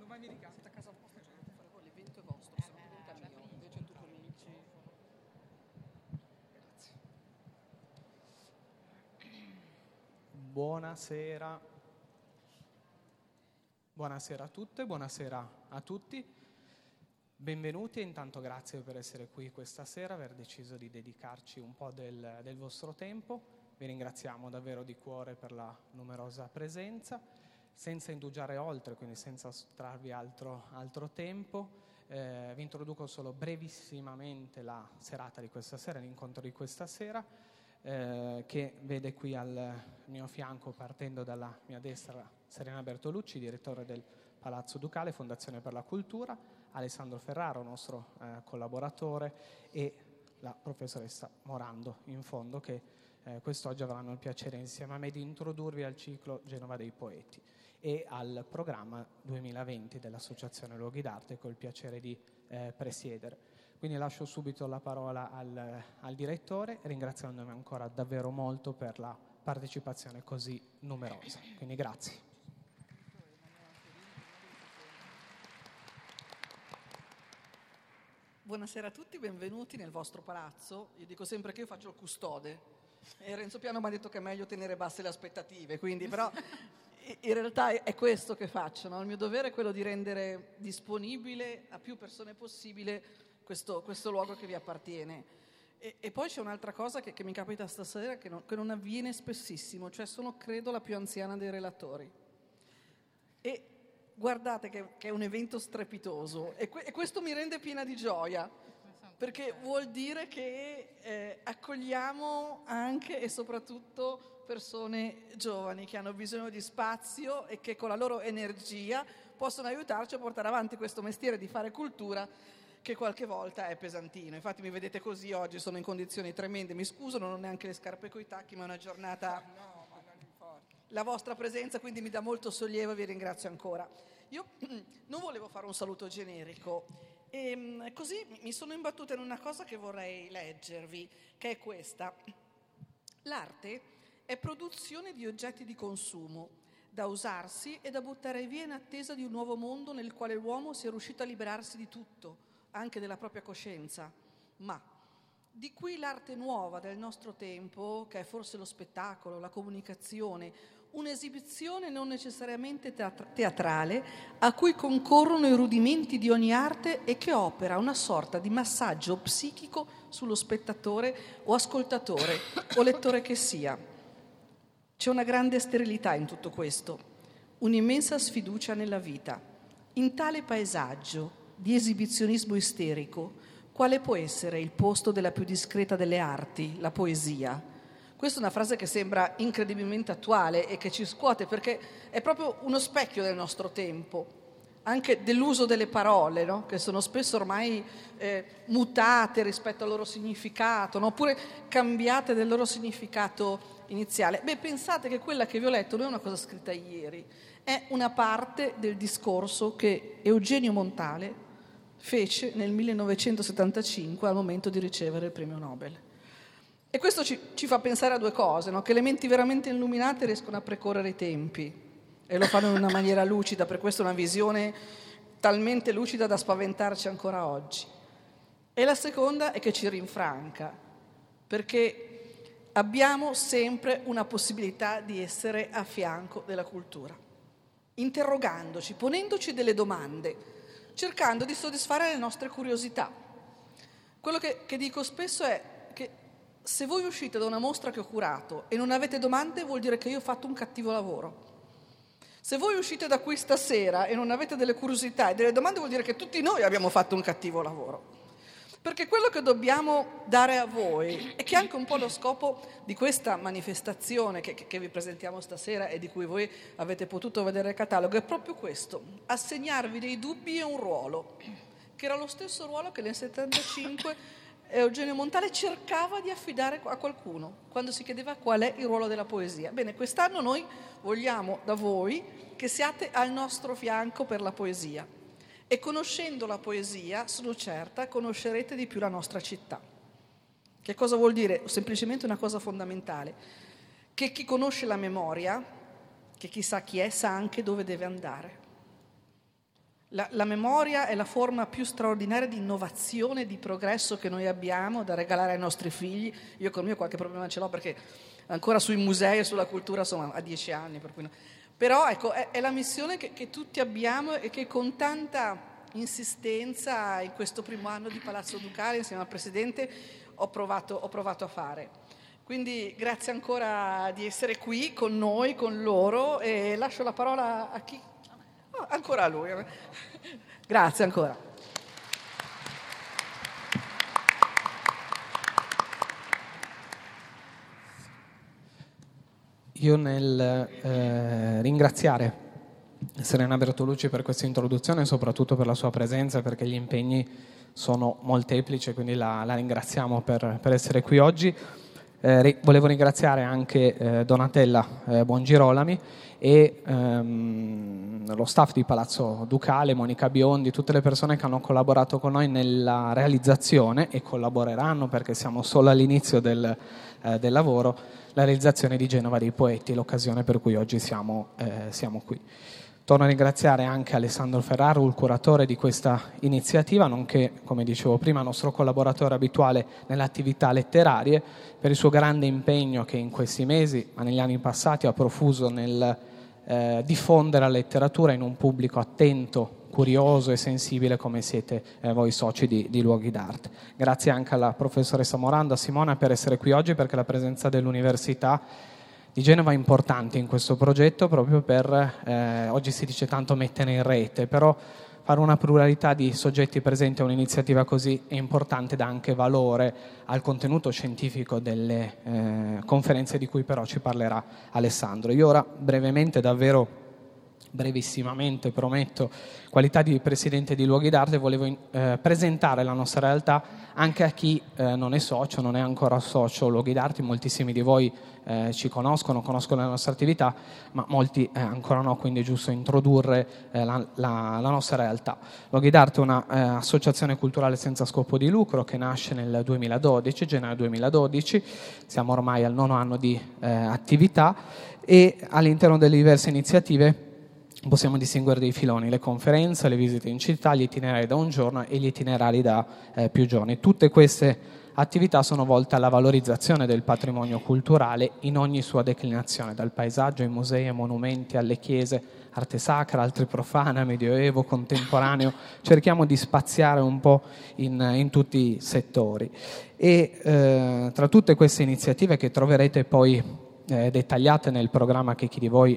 Siete a casa vostra, cioè dovete fare voi, l'evento è vostro, se no diventa mio, invece tu cominci. Grazie. Buonasera. Buonasera a tutte, buonasera a tutti. Benvenuti e intanto grazie per essere qui questa sera, aver deciso di dedicarci un po' del vostro tempo. Vi ringraziamo davvero di cuore per la numerosa presenza. Senza indugiare oltre, quindi senza sottrarvi altro tempo, vi introduco solo brevissimamente la serata di questa sera, l'incontro di questa sera, che vede qui al mio fianco, partendo dalla mia destra, Serena Bertolucci, direttore del Palazzo Ducale, Fondazione per la Cultura, Alessandro Ferraro, nostro collaboratore, e la professoressa Morando, in fondo, che quest'oggi avranno il piacere insieme a me di introdurvi al ciclo Genova dei Poeti e al programma 2020 dell'Associazione Luoghi d'Arte, che ho il piacere di presiedere. Quindi lascio subito la parola al direttore, ringraziandomi ancora davvero molto per la partecipazione così numerosa. Quindi grazie. Buonasera a tutti, benvenuti nel vostro palazzo. Io dico sempre che io faccio il custode e Renzo Piano mi ha detto che è meglio tenere basse le aspettative, quindi però in realtà è questo che faccio, no? Il mio dovere è quello di rendere disponibile a più persone possibile questo luogo che vi appartiene. E poi c'è un'altra cosa che mi capita stasera che non avviene spessissimo, cioè sono credo la più anziana dei relatori. E guardate che è un evento strepitoso e questo mi rende piena di gioia, perché vuol dire che accogliamo anche e soprattutto persone giovani che hanno bisogno di spazio e che con la loro energia possono aiutarci a portare avanti questo mestiere di fare cultura che qualche volta è pesantino. Infatti mi vedete così oggi, sono in condizioni tremende, mi scuso, non ho neanche le scarpe coi tacchi, ma è una giornata... La vostra presenza quindi mi dà molto sollievo e vi ringrazio ancora. Io non volevo fare un saluto generico e così mi sono imbattuta in una cosa che vorrei leggervi, che è questa. L'arte è produzione di oggetti di consumo, da usarsi e da buttare via in attesa di un nuovo mondo nel quale l'uomo sia riuscito a liberarsi di tutto, anche della propria coscienza. Ma di qui l'arte nuova del nostro tempo, che è forse lo spettacolo, la comunicazione, un'esibizione non necessariamente teatrale, a cui concorrono i rudimenti di ogni arte e che opera una sorta di massaggio psichico sullo spettatore o ascoltatore o lettore che sia. C'è una grande sterilità in tutto questo, un'immensa sfiducia nella vita. In tale paesaggio di esibizionismo isterico, quale può essere il posto della più discreta delle arti, la poesia? Questa è una frase che sembra incredibilmente attuale e che ci scuote perché è proprio uno specchio del nostro tempo, anche dell'uso delle parole, no? Che sono spesso ormai mutate rispetto al loro significato, no? Oppure cambiate del loro significato iniziale. Pensate che quella che vi ho letto non è una cosa scritta ieri, è una parte del discorso che Eugenio Montale fece nel 1975 al momento di ricevere il premio Nobel. E questo ci fa pensare a due cose, no? Che le menti veramente illuminate riescono a precorrere i tempi e lo fanno in una maniera lucida, per questo è una visione talmente lucida da spaventarci ancora oggi. E la seconda è che ci rinfranca, perché abbiamo sempre una possibilità di essere a fianco della cultura, interrogandoci, ponendoci delle domande, cercando di soddisfare le nostre curiosità. Quello che dico spesso è che se voi uscite da una mostra che ho curato e non avete domande, vuol dire che io ho fatto un cattivo lavoro. Se voi uscite da qui stasera e non avete delle curiosità e delle domande, vuol dire che tutti noi abbiamo fatto un cattivo lavoro. Perché quello che dobbiamo dare a voi, e che è anche un po' lo scopo di questa manifestazione che vi presentiamo stasera e di cui voi avete potuto vedere il catalogo, è proprio questo: assegnarvi dei dubbi e un ruolo, che era lo stesso ruolo che nel 1975 Eugenio Montale cercava di affidare a qualcuno, quando si chiedeva qual è il ruolo della poesia. Bene, quest'anno noi vogliamo da voi che siate al nostro fianco per la poesia. E conoscendo la poesia, sono certa, conoscerete di più la nostra città. Che cosa vuol dire? Semplicemente una cosa fondamentale, che chi conosce la memoria, che chi sa chi è, sa anche dove deve andare. La memoria è la forma più straordinaria di innovazione, di progresso che noi abbiamo da regalare ai nostri figli. Io con il mio qualche problema ce l'ho perché ancora sui musei e sulla cultura insomma a 10 anni. Per cui no. Però ecco, è la missione che tutti abbiamo e che con tanta insistenza in questo primo anno di Palazzo Ducale insieme al Presidente ho provato a fare. Quindi grazie ancora di essere qui con noi, con loro, e lascio la parola a chi? Ancora a lui. Grazie ancora. Io nel ringraziare Serena Bertolucci per questa introduzione e soprattutto per la sua presenza, perché gli impegni sono molteplici, quindi la ringraziamo per essere qui oggi. Volevo ringraziare anche Donatella Buongirolami e lo staff di Palazzo Ducale, Monica Biondi, tutte le persone che hanno collaborato con noi nella realizzazione e collaboreranno, perché siamo solo all'inizio del lavoro, la realizzazione di Genova dei Poeti, l'occasione per cui oggi siamo qui. Torno a ringraziare anche Alessandro Ferraro, il curatore di questa iniziativa, nonché, come dicevo prima, nostro collaboratore abituale nelle attività letterarie, per il suo grande impegno che in questi mesi, ma negli anni passati, ha profuso nel diffondere la letteratura in un pubblico attento, curioso e sensibile come siete voi soci di Luoghi d'Arte. Grazie anche alla professoressa Morando, a Simona, per essere qui oggi, perché la presenza dell'Università di Genova è importante in questo progetto, proprio per, oggi si dice tanto mettere in rete, però fare una pluralità di soggetti presenti a un'iniziativa così è importante, dà anche valore al contenuto scientifico delle conferenze di cui però ci parlerà Alessandro. Io ora brevemente, davvero brevissimamente, prometto, qualità di Presidente di Luoghi d'Arte, volevo presentare la nostra realtà anche a chi non è socio, non è ancora socio Luoghi d'Arte. Moltissimi di voi ci conoscono la nostra attività, ma molti ancora no, quindi è giusto introdurre la nostra realtà. Luoghi d'Arte è un'associazione culturale senza scopo di lucro che nasce nel 2012, gennaio 2012, siamo ormai al 9° anno di attività, e all'interno delle diverse iniziative possiamo distinguere dei filoni: le conferenze, le visite in città, gli itinerari da un giorno e gli itinerari da più giorni. Tutte queste attività sono volte alla valorizzazione del patrimonio culturale in ogni sua declinazione, dal paesaggio ai musei, ai monumenti, alle chiese, arte sacra, arte profana, medioevo, contemporaneo. Cerchiamo di spaziare un po' in tutti i settori. E tra tutte queste iniziative, che troverete poi dettagliate nel programma che chi di voi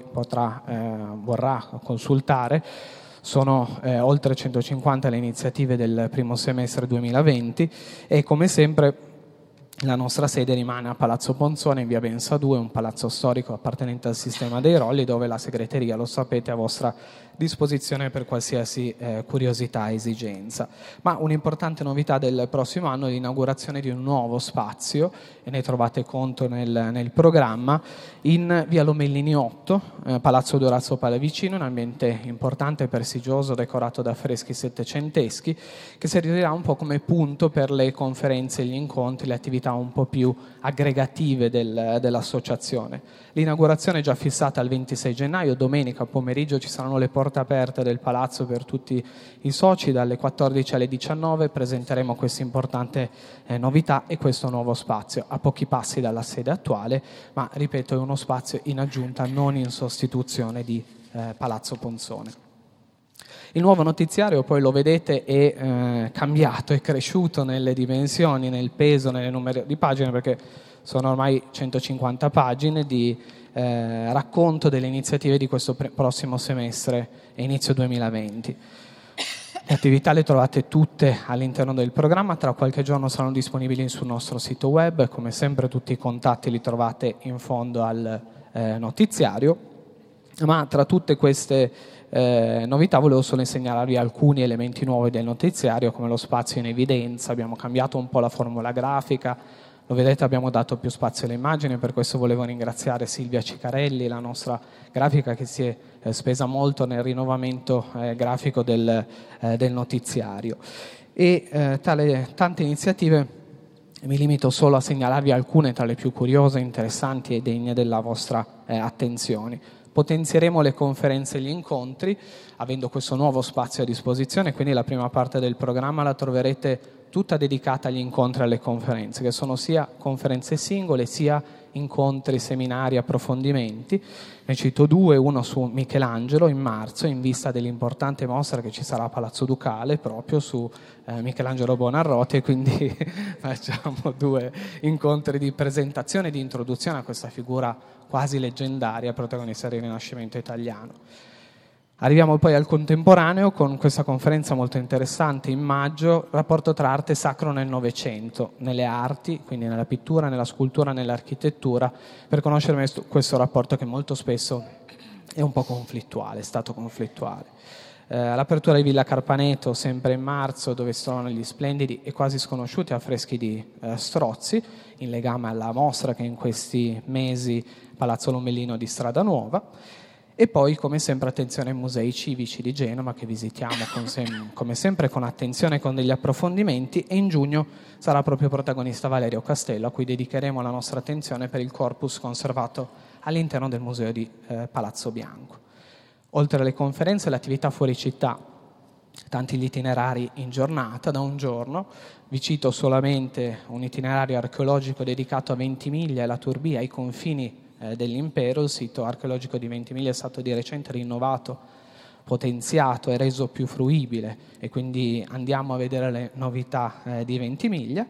vorrà consultare, sono oltre 150 le iniziative del primo semestre 2020, e come sempre la nostra sede rimane a Palazzo Ponzone in via Bensa 2, un palazzo storico appartenente al sistema dei Rolli, dove la segreteria, lo sapete, è a vostra disposizione per qualsiasi curiosità e esigenza. Ma un'importante novità del prossimo anno è l'inaugurazione di un nuovo spazio, e ne trovate conto nel programma, in via Lomellini 8, Palazzo Orazio Pallavicino, un ambiente importante e prestigioso decorato da affreschi settecenteschi, che servirà un po' come punto per le conferenze, gli incontri, le attività un po' più aggregative dell'associazione. L'inaugurazione è già fissata al 26 gennaio, domenica pomeriggio ci saranno le porte aperte del palazzo per tutti i soci, dalle 14 alle 19 presenteremo questa importante novità e questo nuovo spazio, a pochi passi dalla sede attuale, ma ripeto, è uno spazio in aggiunta, non in sostituzione di Palazzo Ponzone. Il nuovo notiziario, poi lo vedete, è cambiato, è cresciuto nelle dimensioni, nel peso, nelle numeri di pagine, perché sono ormai 150 pagine di racconto delle iniziative di questo prossimo semestre e inizio 2020. Le attività le trovate tutte all'interno del programma, tra qualche giorno saranno disponibili sul nostro sito web, come sempre tutti i contatti li trovate in fondo al notiziario, ma tra tutte queste novità volevo solo segnalarvi alcuni elementi nuovi del notiziario, come lo spazio in evidenza. Abbiamo cambiato un po' la formula grafica, lo vedete, abbiamo dato più spazio alle immagini, per questo volevo ringraziare Silvia Cicarelli, la nostra grafica, che si è spesa molto nel rinnovamento grafico del notiziario. E tante iniziative, mi limito solo a segnalarvi alcune tra le più curiose, interessanti e degne della vostra attenzione. Potenzieremo le conferenze e gli incontri, avendo questo nuovo spazio a disposizione, quindi la prima parte del programma la troverete tutta dedicata agli incontri e alle conferenze, che sono sia conferenze singole, sia incontri, seminari, approfondimenti. Ne cito due, uno su Michelangelo in marzo, in vista dell'importante mostra che ci sarà a Palazzo Ducale, proprio su Michelangelo Buonarroti, e quindi facciamo due incontri di presentazione e di introduzione a questa figura quasi leggendaria, protagonista del Rinascimento italiano. Arriviamo poi al contemporaneo con questa conferenza molto interessante in maggio, rapporto tra arte sacro nel Novecento, nelle arti, quindi nella pittura, nella scultura, nell'architettura, per conoscere questo rapporto che molto spesso è un po' conflittuale, è stato conflittuale. All'apertura di Villa Carpaneto, sempre in marzo, dove si trovano gli splendidi e quasi sconosciuti affreschi di Strozzi, in legame alla mostra che in questi mesi Palazzo Lomellino di Strada Nuova. E poi, come sempre, attenzione ai musei civici di Genova, che visitiamo come sempre con attenzione e con degli approfondimenti, e in giugno sarà proprio protagonista Valerio Castello, a cui dedicheremo la nostra attenzione per il corpus conservato all'interno del museo di Palazzo Bianco. Oltre alle conferenze, le attività fuori città, tanti gli itinerari in giornata, da un giorno. Vi cito solamente un itinerario archeologico dedicato a Ventimiglia e alla Turbia, ai confini dell'impero. Il sito archeologico di Ventimiglia è stato di recente rinnovato, potenziato e reso più fruibile, e quindi andiamo a vedere le novità di Ventimiglia.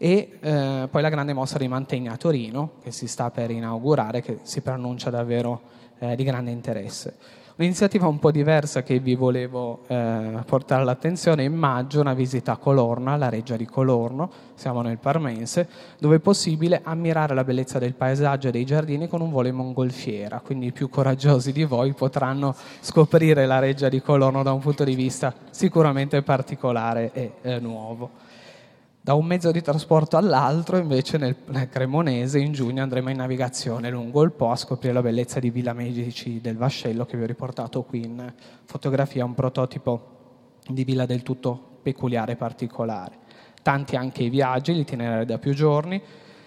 E poi la grande mostra di Mantegna a Torino, che si sta per inaugurare, che si preannuncia davvero di grande interesse. Un'iniziativa un po' diversa che vi volevo portare all'attenzione: in maggio una visita a Colorno, alla Reggia di Colorno, siamo nel Parmense, dove è possibile ammirare la bellezza del paesaggio e dei giardini con un volo in mongolfiera, quindi i più coraggiosi di voi potranno scoprire la Reggia di Colorno da un punto di vista sicuramente particolare e nuovo. Da un mezzo di trasporto all'altro, invece, nel Cremonese, in giugno andremo in navigazione lungo il Po a scoprire la bellezza di Villa Medici del Vascello, che vi ho riportato qui in fotografia, un prototipo di villa del tutto peculiare e particolare. Tanti anche i viaggi, l'itinerario da più giorni.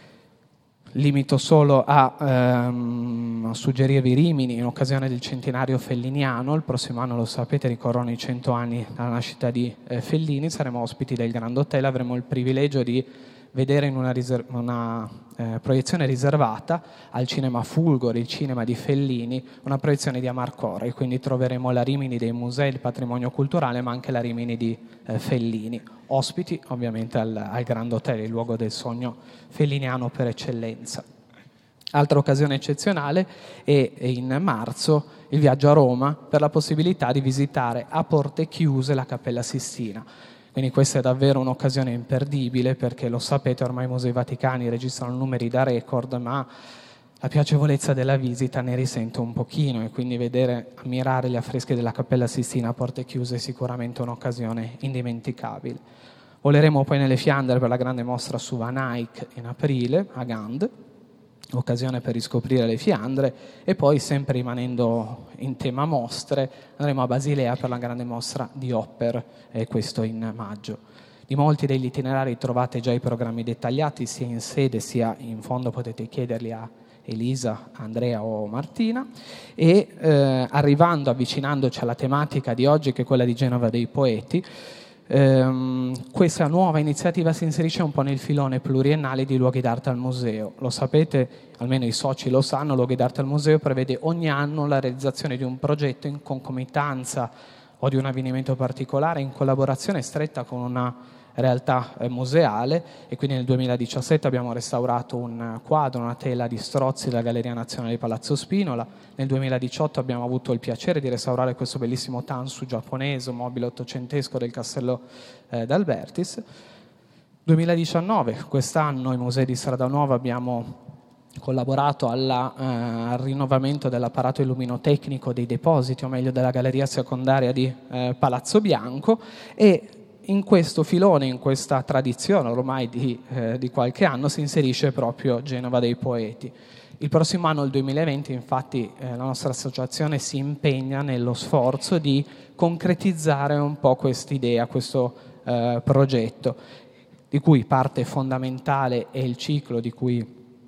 Limito solo a suggerirvi Rimini in occasione del centenario felliniano. Il prossimo anno, lo sapete, ricorrono i 100 anni dalla nascita di Fellini. Saremo ospiti del Grand Hotel, avremo il privilegio di vedere in una proiezione riservata al Cinema Fulgore, il cinema di Fellini, una proiezione di Amarcord, e quindi troveremo la Rimini dei musei, del patrimonio culturale, ma anche la Rimini di Fellini. Ospiti ovviamente al Grand Hotel, il luogo del sogno felliniano per eccellenza. Altra occasione eccezionale è in marzo il viaggio a Roma, per la possibilità di visitare a porte chiuse la Cappella Sistina. Quindi questa è davvero un'occasione imperdibile, perché lo sapete, ormai i musei vaticani registrano numeri da record, ma la piacevolezza della visita ne risente un pochino, e quindi ammirare gli affreschi della Cappella Sistina a porte chiuse è sicuramente un'occasione indimenticabile. Voleremo poi nelle Fiandre per la grande mostra su Van Eyck in aprile a Gand, occasione per riscoprire le Fiandre, e poi, sempre rimanendo in tema mostre, andremo a Basilea per la grande mostra di Hopper, questo in maggio. Di molti degli itinerari trovate già i programmi dettagliati, sia in sede sia in fondo, potete chiederli a Elisa, Andrea o Martina. E avvicinandoci alla tematica di oggi, che è quella di Genova dei Poeti, questa nuova iniziativa si inserisce un po' nel filone pluriennale di Luoghi d'Arte al Museo. Lo sapete, almeno i soci lo sanno, Luoghi d'Arte al Museo prevede ogni anno la realizzazione di un progetto in concomitanza o di un avvenimento particolare, in collaborazione stretta con una realtà museale, e quindi nel 2017 abbiamo restaurato un quadro, una tela di Strozzi della Galleria Nazionale di Palazzo Spinola. Nel 2018 abbiamo avuto il piacere di restaurare questo bellissimo tansu giapponese, un mobile ottocentesco del Castello d'Albertis. 2019, quest'anno, i musei di Strada Nuova abbiamo collaborato al rinnovamento dell'apparato illuminotecnico dei depositi, o meglio della galleria secondaria di Palazzo Bianco, e in questo filone, in questa tradizione ormai di qualche anno, si inserisce proprio Genova dei Poeti. Il prossimo anno, il 2020, infatti, la nostra associazione si impegna nello sforzo di concretizzare un po' quest'idea, questo progetto, di cui parte fondamentale è il ciclo di cui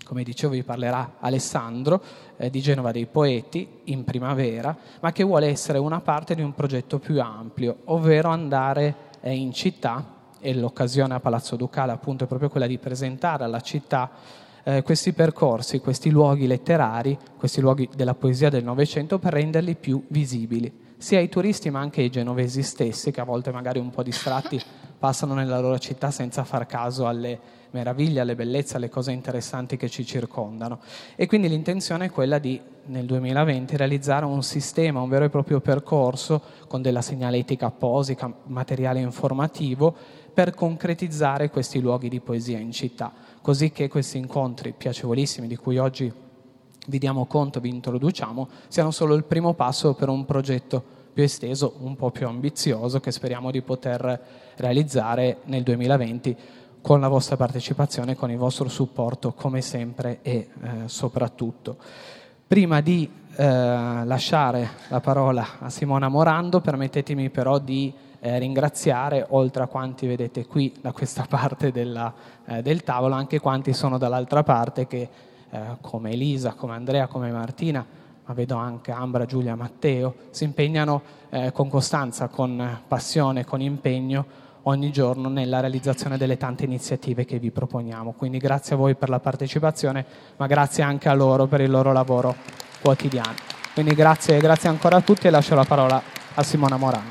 Come dicevo, vi parlerà Alessandro di Genova dei Poeti in primavera, ma che vuole essere una parte di un progetto più ampio, ovvero andare in città, e l'occasione a Palazzo Ducale appunto è proprio quella di presentare alla città questi percorsi, questi luoghi letterari, questi luoghi della poesia del Novecento, per renderli più visibili, sia ai turisti ma anche ai genovesi stessi, che a volte magari un po' distratti passano nella loro città senza far caso alle meraviglie, alle bellezze, alle cose interessanti che ci circondano. E quindi l'intenzione è quella di, nel 2020, realizzare un sistema, un vero e proprio percorso con della segnaletica apposita, materiale informativo, per concretizzare questi luoghi di poesia in città, così che questi incontri piacevolissimi di cui oggi vi diamo conto, vi introduciamo, siano solo il primo passo per un progetto più esteso, un po' più ambizioso, che speriamo di poter realizzare nel 2020 con la vostra partecipazione, con il vostro supporto, come sempre e soprattutto. Prima di lasciare la parola a Simona Morando, permettetemi però di ringraziare, oltre a quanti vedete qui da questa parte del tavolo, anche quanti sono dall'altra parte, che come Elisa, come Andrea, come Martina, ma vedo anche Ambra, Giulia, Matteo, si impegnano con costanza, con passione, con impegno ogni giorno nella realizzazione delle tante iniziative che vi proponiamo. Quindi grazie a voi per la partecipazione, ma grazie anche a loro per il loro lavoro quotidiano. Quindi grazie ancora a tutti, e lascio la parola a Simona Morano.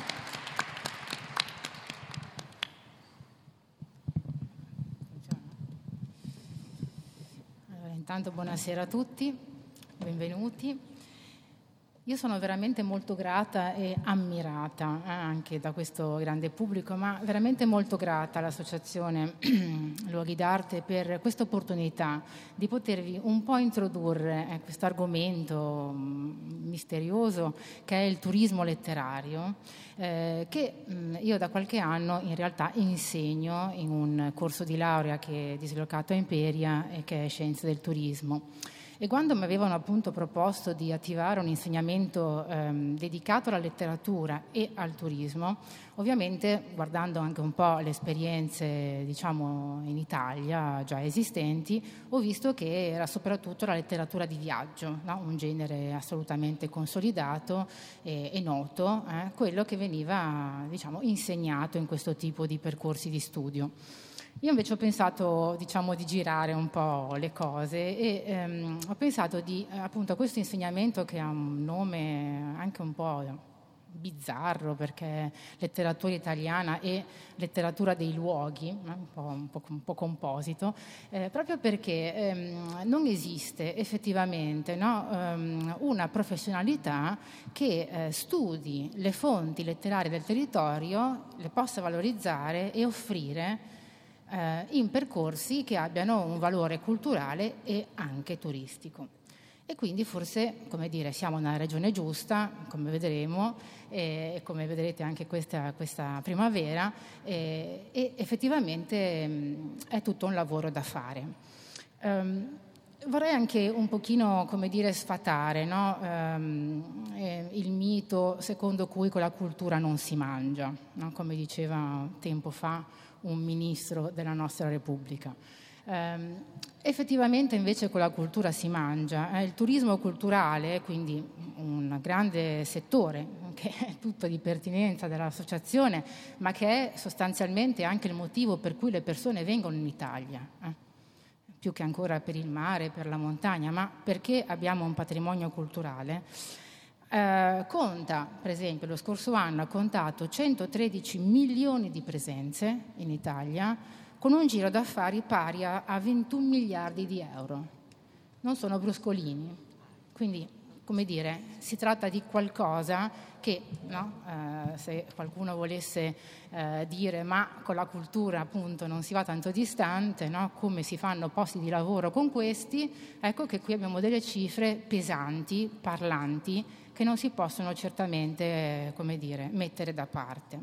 Allora, intanto buonasera a tutti, benvenuti. Io sono veramente molto grata e ammirata anche da questo grande pubblico, ma veramente molto grata all'Associazione Luoghi d'Arte per questa opportunità di potervi un po' introdurre questo argomento misterioso che è il turismo letterario, che io da qualche anno in realtà insegno in un corso di laurea che è dislocato a Imperia e che è Scienze del Turismo. E quando mi avevano appunto proposto di attivare un insegnamento dedicato alla letteratura e al turismo, ovviamente guardando anche un po' le esperienze, diciamo, in Italia già esistenti, ho visto che era soprattutto la letteratura di viaggio, no? Un genere assolutamente consolidato e noto, quello che veniva, diciamo, insegnato in questo tipo di percorsi di studio. Io invece ho pensato, diciamo, di girare un po' le cose e ho pensato appunto a questo insegnamento che ha un nome anche un po' bizzarro, perché letteratura italiana e letteratura dei luoghi, un po' composito, proprio perché non esiste effettivamente, no, una professionalità che studi le fonti letterarie del territorio, le possa valorizzare e offrire in percorsi che abbiano un valore culturale e anche turistico. E quindi forse, come dire, siamo nella regione giusta, come vedremo, e come vedrete anche questa primavera, e effettivamente è tutto un lavoro da fare. Vorrei anche un pochino, come dire, sfatare, no? Il mito secondo cui con la cultura non si mangia, no? Come diceva tempo fa un ministro della nostra Repubblica. Effettivamente invece con la cultura si mangia. Il turismo culturale, quindi un grande settore che è tutto di pertinenza dell'associazione, ma che è sostanzialmente anche il motivo per cui le persone vengono in Italia, più che ancora per il mare, per la montagna, ma perché abbiamo un patrimonio culturale. Conta, per esempio, lo scorso anno ha contato 113 milioni di presenze in Italia, con un giro d'affari pari a 21 miliardi di euro. Non sono bruscolini. Quindi, come dire, si tratta di qualcosa che, no, se qualcuno volesse dire ma con la cultura appunto non si va tanto distante, no? Come si fanno posti di lavoro con questi, ecco che qui abbiamo delle cifre pesanti, parlanti, che non si possono certamente, come dire, mettere da parte.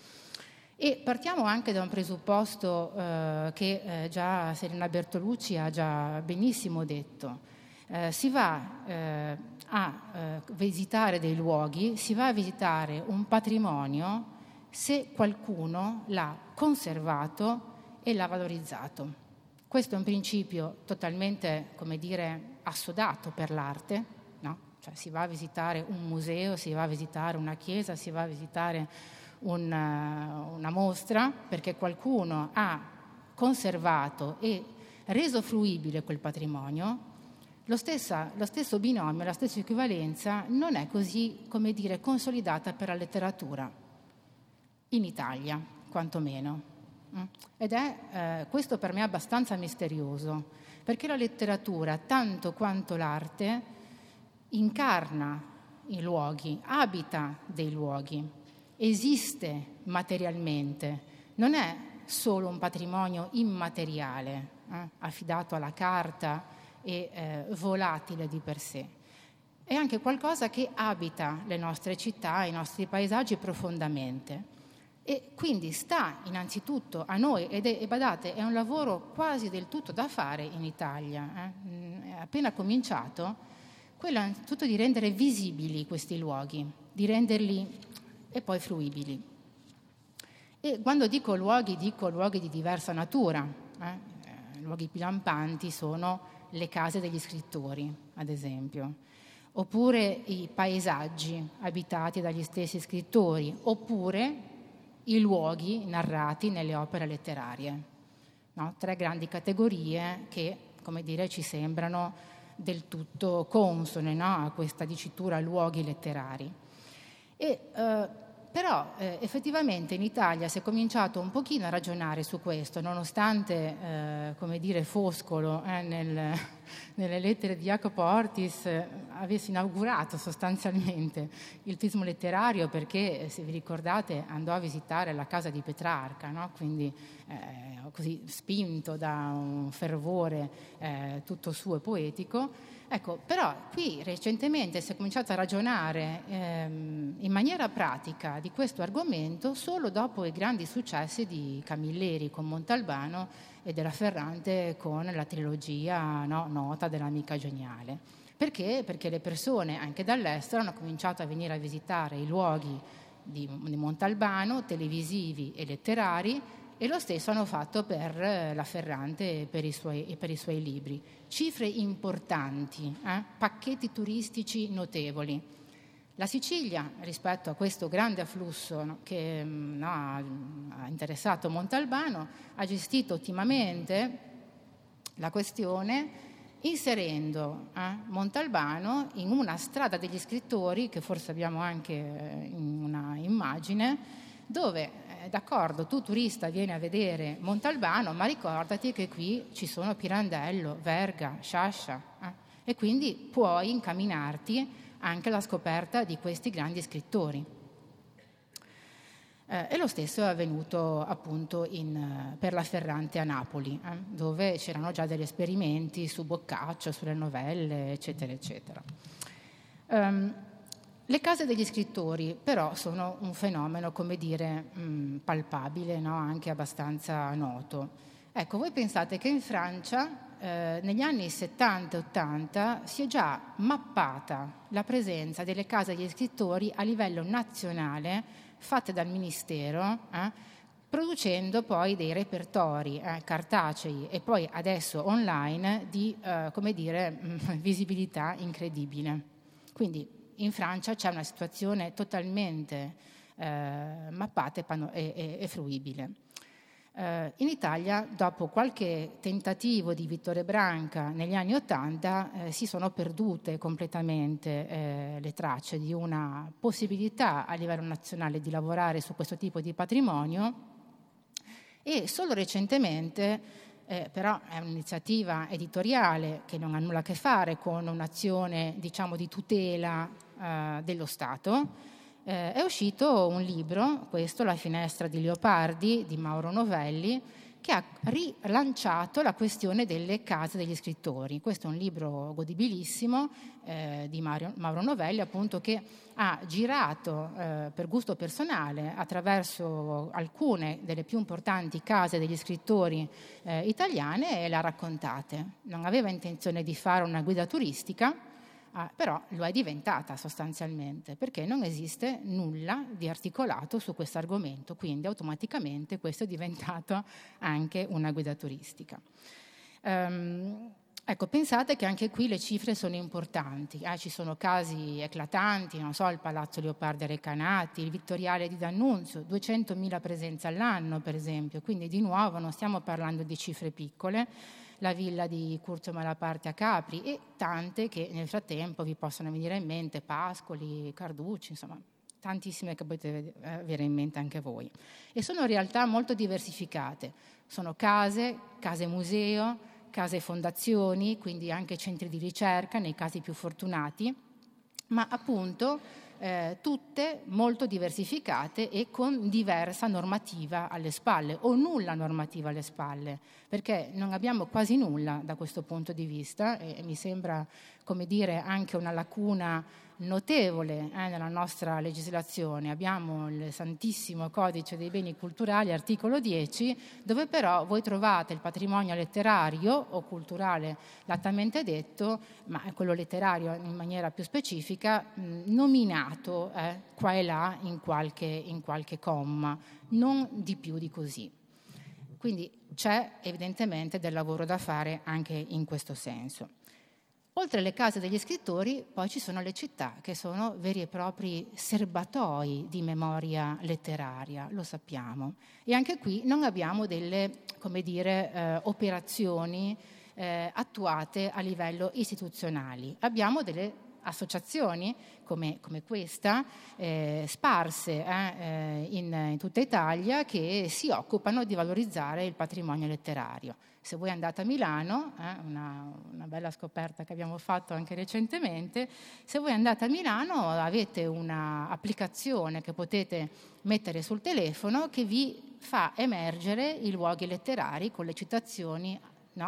E partiamo anche da un presupposto che già Serena Bertolucci ha già benissimo detto. Si va a visitare dei luoghi, si va a visitare un patrimonio se qualcuno l'ha conservato e l'ha valorizzato. Questo è un principio totalmente, come dire, assodato per l'arte, no? Cioè si va a visitare un museo, si va a visitare una chiesa, si va a visitare una mostra perché qualcuno ha conservato e reso fruibile quel patrimonio. Lo stesso binomio, la stessa equivalenza non è così, come dire, consolidata per la letteratura, in Italia quantomeno. Ed è questo per me abbastanza misterioso, perché la letteratura, tanto quanto l'arte, incarna i luoghi, abita dei luoghi, esiste materialmente, non è solo un patrimonio immateriale, affidato alla carta e volatile di per sé. È anche qualcosa che abita le nostre città, i nostri paesaggi profondamente. E quindi sta innanzitutto a noi, e badate, è un lavoro quasi del tutto da fare in Italia. È appena cominciato, quello innanzitutto di rendere visibili questi luoghi, di renderli e poi fruibili. E quando dico luoghi di diversa natura. Luoghi più lampanti sono le case degli scrittori, ad esempio, oppure i paesaggi abitati dagli stessi scrittori, oppure i luoghi narrati nelle opere letterarie. No? 3 grandi categorie che, come dire, ci sembrano del tutto consone, no? A questa dicitura luoghi letterari. Però effettivamente in Italia si è cominciato un pochino a ragionare su questo, nonostante, come dire, Foscolo nelle lettere di Jacopo Ortis avesse inaugurato sostanzialmente il turismo letterario, perché, se vi ricordate, andò a visitare la casa di Petrarca, no? Quindi così spinto da un fervore tutto suo e poetico. Ecco, però qui recentemente si è cominciato a ragionare in maniera pratica di questo argomento solo dopo i grandi successi di Camilleri con Montalbano e della Ferrante con la trilogia, no, nota dell'Amica Geniale. Perché? Perché le persone anche dall'estero hanno cominciato a venire a visitare i luoghi di Montalbano, televisivi e letterari, e lo stesso hanno fatto per la Ferrante e per i suoi libri. Cifre importanti, pacchetti turistici notevoli. La Sicilia, rispetto a questo grande afflusso, no, che ha interessato Montalbano, ha gestito ottimamente la questione inserendo Montalbano in una strada degli scrittori, che forse abbiamo anche in una immagine, dove d'accordo, tu turista vieni a vedere Montalbano, ma ricordati che qui ci sono Pirandello, Verga, Sciascia, e quindi puoi incamminarti anche alla scoperta di questi grandi scrittori. E lo stesso è avvenuto appunto per la Ferrante a Napoli, dove c'erano già degli esperimenti su Boccaccio, sulle novelle, eccetera, eccetera. Le case degli scrittori però sono un fenomeno, come dire, palpabile, no? Anche abbastanza noto. Ecco, voi pensate che in Francia negli anni 70 e 80 si è già mappata la presenza delle case degli scrittori a livello nazionale, fatte dal Ministero, producendo poi dei repertori cartacei e poi adesso online di, come dire, visibilità incredibile. Quindi in Francia c'è una situazione totalmente mappata e fruibile. In Italia, dopo qualche tentativo di Vittore Branca negli anni '80, si sono perdute completamente le tracce di una possibilità a livello nazionale di lavorare su questo tipo di patrimonio, e solo recentemente, però è un'iniziativa editoriale che non ha nulla a che fare con un'azione, diciamo, di tutela dello Stato, è uscito un libro, questo, La finestra di Leopardi, di Mauro Novelli, che ha rilanciato la questione delle case degli scrittori. Questo è un libro godibilissimo di Mauro Novelli, appunto, che ha girato per gusto personale attraverso alcune delle più importanti case degli scrittori italiane e le ha raccontate. Non aveva intenzione di fare una guida turistica, però lo è diventata sostanzialmente, perché non esiste nulla di articolato su questo argomento, quindi automaticamente questo è diventato anche una guida turistica. Ecco, pensate che anche qui le cifre sono importanti, ci sono casi eclatanti, non so, il Palazzo Leopardi a Recanati, il Vittoriale di D'Annunzio, 200.000 presenze all'anno per esempio, quindi di nuovo non stiamo parlando di cifre piccole, la villa di Curzio Malaparte a Capri e tante che nel frattempo vi possono venire in mente, Pascoli, Carducci, insomma tantissime che potete avere in mente anche voi. E sono realtà molto diversificate, sono case museo, case fondazioni, quindi anche centri di ricerca nei casi più fortunati, ma appunto tutte molto diversificate e con diversa normativa alle spalle o nulla normativa alle spalle, perché non abbiamo quasi nulla da questo punto di vista e mi sembra, come dire, anche una lacuna notevole nella nostra legislazione. Abbiamo il Santissimo Codice dei Beni Culturali, articolo 10, dove però voi trovate il patrimonio letterario o culturale lattamente detto, ma quello letterario in maniera più specifica, nominato qua e là in qualche comma, non di più di così. Quindi c'è evidentemente del lavoro da fare anche in questo senso. Oltre alle case degli scrittori, poi ci sono le città, che sono veri e propri serbatoi di memoria letteraria, lo sappiamo. E anche qui non abbiamo delle, come dire, operazioni attuate a livello istituzionale. Abbiamo delle associazioni come questa, sparse in tutta Italia, che si occupano di valorizzare il patrimonio letterario. Se voi andate a Milano, una bella scoperta che abbiamo fatto anche recentemente, se voi andate a Milano avete un'applicazione che potete mettere sul telefono che vi fa emergere i luoghi letterari con le citazioni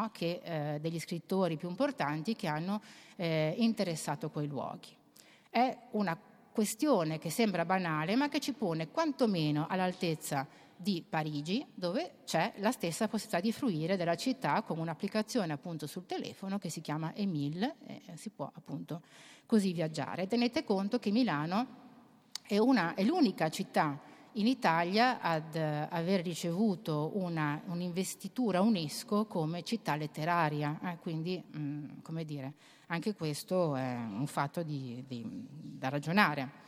degli scrittori più importanti che hanno interessato quei luoghi. È una questione che sembra banale, ma che ci pone quantomeno all'altezza di Parigi, dove c'è la stessa possibilità di fruire della città con un'applicazione appunto sul telefono che si chiama Emil, si può appunto così viaggiare. Tenete conto che Milano è l'unica città in Italia ad aver ricevuto un'investitura UNESCO come città letteraria, quindi come dire, anche questo è un fatto da ragionare.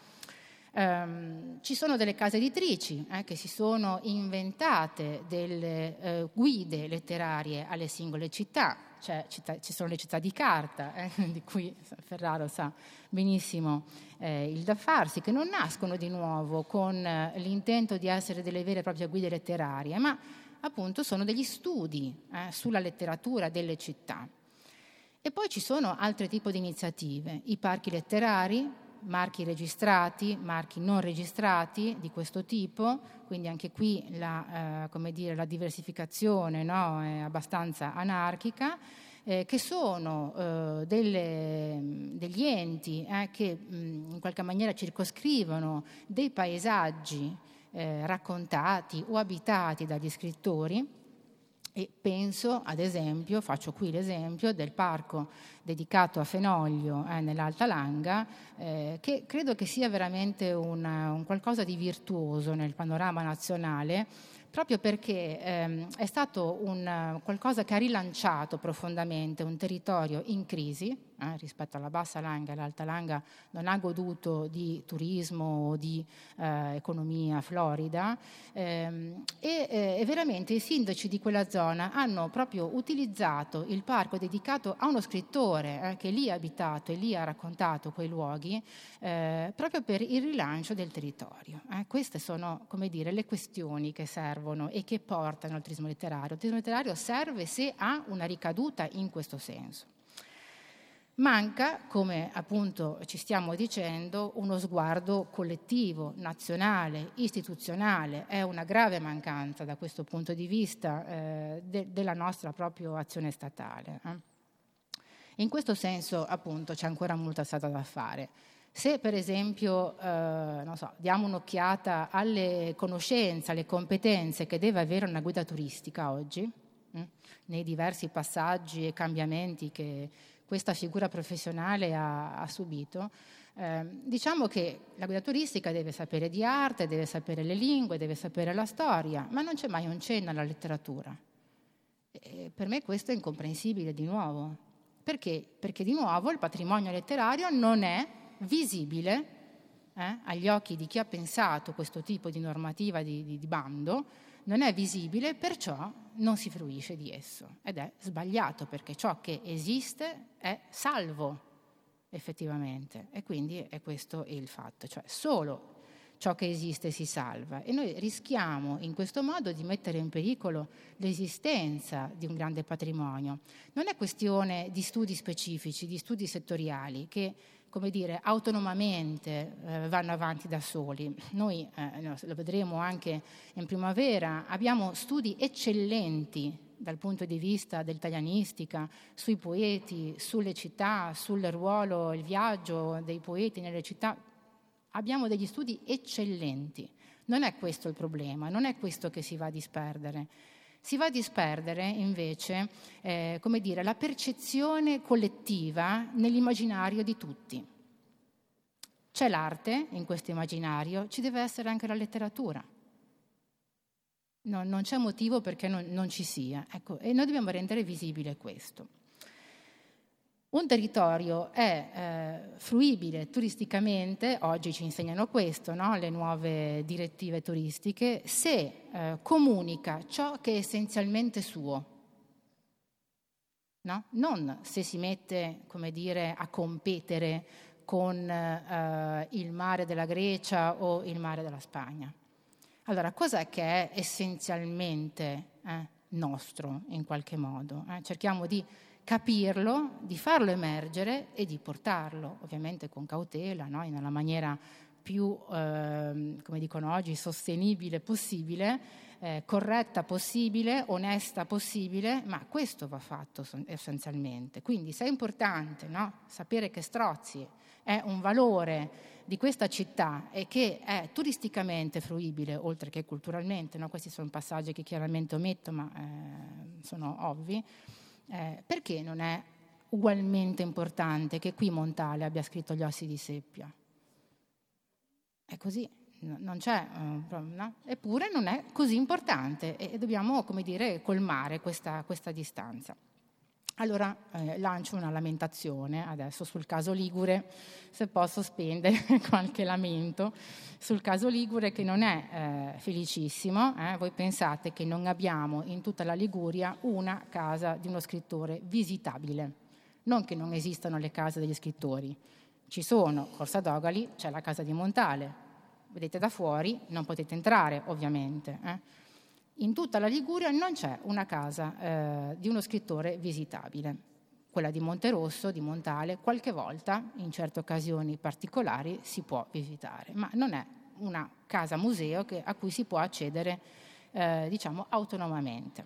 Ci sono delle case editrici che si sono inventate delle guide letterarie alle singole città, ci sono le città di carta, di cui Ferraro sa benissimo il da farsi, che non nascono di nuovo con l'intento di essere delle vere e proprie guide letterarie, ma appunto sono degli studi sulla letteratura delle città. E poi ci sono altri tipi di iniziative, i parchi letterari, marchi registrati, marchi non registrati di questo tipo, quindi anche qui la diversificazione è abbastanza anarchica, che sono degli enti che in qualche maniera circoscrivono dei paesaggi raccontati o abitati dagli scrittori. E penso, ad esempio, faccio qui l'esempio del parco dedicato a Fenoglio nell'Alta Langa, che credo che sia veramente un qualcosa di virtuoso nel panorama nazionale, proprio perché è stato qualcosa che ha rilanciato profondamente un territorio in crisi rispetto alla Bassa Langa. L'Alta Langa non ha goduto di turismo o di economia florida e veramente i sindaci di quella zona hanno proprio utilizzato il parco dedicato a uno scrittore che lì ha abitato e lì ha raccontato quei luoghi proprio per il rilancio del territorio. Queste sono, come dire, le questioni che servono e che portano al turismo letterario. Il turismo letterario serve se ha una ricaduta in questo senso. Manca, come appunto ci stiamo dicendo, uno sguardo collettivo, nazionale, istituzionale. È una grave mancanza da questo punto di vista della nostra proprio azione statale. In questo senso, appunto, c'è ancora molta strada da fare. Se per esempio diamo un'occhiata alle conoscenze, alle competenze che deve avere una guida turistica oggi, nei diversi passaggi e cambiamenti che questa figura professionale ha subito, diciamo che la guida turistica deve sapere di arte, deve sapere le lingue, deve sapere la storia, ma non c'è mai un cenno alla letteratura. Per me questo è incomprensibile di nuovo. Perché? Perché di nuovo il patrimonio letterario non è visibile agli occhi di chi ha pensato questo tipo di normativa di bando, non è visibile, perciò non si fruisce di esso. Ed è sbagliato, perché ciò che esiste è salvo, effettivamente. E quindi è questo il fatto. Cioè solo ciò che esiste si salva. E noi rischiamo in questo modo di mettere in pericolo l'esistenza di un grande patrimonio. Non è questione di studi specifici, di studi settoriali, che come dire, autonomamente vanno avanti da soli. Noi, lo vedremo anche in primavera, abbiamo studi eccellenti dal punto di vista dell'italianistica, sui poeti, sulle città, sul ruolo, il viaggio dei poeti nelle città. Abbiamo degli studi eccellenti. Non è questo il problema, non è questo che si va a disperdere. Si va a disperdere invece, come dire, la percezione collettiva nell'immaginario di tutti. C'è l'arte in questo immaginario, ci deve essere anche la letteratura. Non c'è motivo perché non ci sia. Ecco, e noi dobbiamo rendere visibile questo. Un territorio è fruibile turisticamente, oggi ci insegnano questo, no? Le nuove direttive turistiche, se comunica ciò che è essenzialmente suo, no? Non se si mette, come dire, a competere con il mare della Grecia o il mare della Spagna. Allora, cos'è che è essenzialmente nostro in qualche modo? Cerchiamo di capirlo, di farlo emergere e di portarlo, ovviamente con cautela, no? Nella maniera più, come dicono oggi, sostenibile possibile, corretta possibile, onesta possibile, ma questo va fatto essenzialmente. Quindi se è importante, no? Sapere che Strozzi è un valore di questa città e che è turisticamente fruibile, oltre che culturalmente, no? Questi sono passaggi che chiaramente ometto, ma sono ovvi. Perché non è ugualmente importante che qui Montale abbia scritto Gli ossi di Seppia? È così, non c'è, no? Eppure non è così importante e dobbiamo, come dire, colmare questa distanza. Allora lancio una lamentazione adesso sul caso Ligure, se posso spendere qualche lamento sul caso Ligure, che non è felicissimo. Voi pensate che non abbiamo in tutta la Liguria una casa di uno scrittore visitabile, non che non esistano le case degli scrittori, ci sono. Corsa Dogali c'è la casa di Montale, vedete da fuori, non potete entrare ovviamente. In tutta la Liguria non c'è una casa di uno scrittore visitabile. Quella di Monterosso, di Montale, qualche volta, in certe occasioni particolari, si può visitare, ma non è una casa museo a cui si può accedere, diciamo, autonomamente.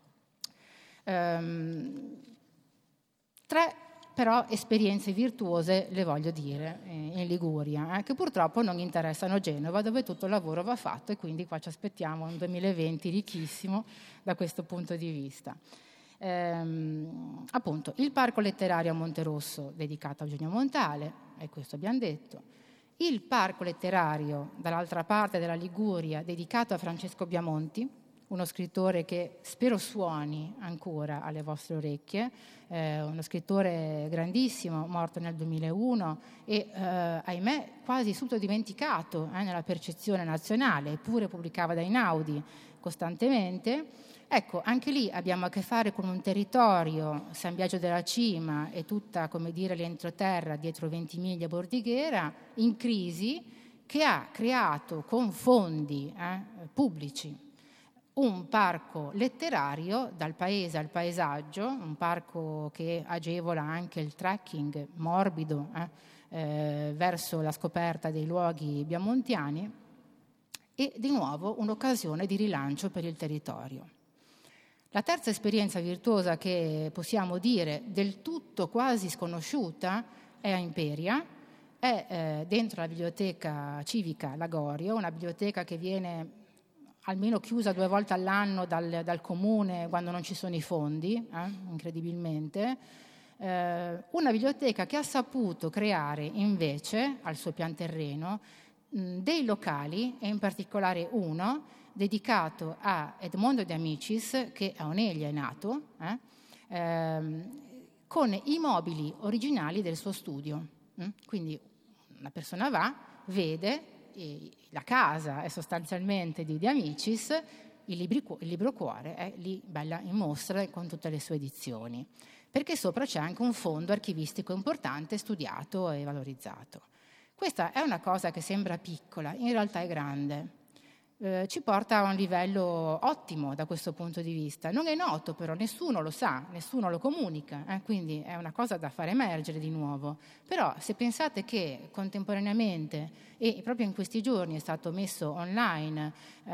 3 però esperienze virtuose le voglio dire in Liguria, che purtroppo non interessano Genova, dove tutto il lavoro va fatto, e quindi qua ci aspettiamo un 2020 ricchissimo da questo punto di vista. Appunto, il Parco Letterario a Monterosso dedicato a Eugenio Montale, e questo abbiamo detto. Il Parco Letterario dall'altra parte della Liguria dedicato a Francesco Biamonti, uno scrittore che spero suoni ancora alle vostre orecchie, uno scrittore grandissimo, morto nel 2001 e ahimè quasi subito dimenticato nella percezione nazionale, eppure pubblicava da Einaudi costantemente. Ecco, anche lì abbiamo a che fare con un territorio, San Biagio della Cima e tutta, come dire, l'entroterra dietro Ventimiglia Bordighera, in crisi, che ha creato con fondi pubblici un parco letterario dal paese al paesaggio, un parco che agevola anche il trekking morbido verso la scoperta dei luoghi biamontiani, e di nuovo un'occasione di rilancio per il territorio. La terza esperienza virtuosa che possiamo dire del tutto quasi sconosciuta è a Imperia, è dentro la biblioteca civica Lagorio, una biblioteca che viene almeno chiusa 2 volte all'anno dal comune quando non ci sono i fondi, incredibilmente. Una biblioteca che ha saputo creare invece al suo pian terreno dei locali, e in particolare uno dedicato a Edmondo De Amicis, che a Oneglia è nato, con i mobili originali del suo studio. Quindi una persona va, vede, la casa è sostanzialmente di De Amicis, il libro cuore è lì bella in mostra con tutte le sue edizioni, perché sopra c'è anche un fondo archivistico importante, studiato e valorizzato. Questa è una cosa che sembra piccola, in realtà è grande. Ci porta a un livello ottimo da questo punto di vista. Non è noto però, nessuno lo sa, nessuno lo comunica, quindi è una cosa da far emergere di nuovo. Però se pensate che contemporaneamente e proprio in questi giorni è stato messo online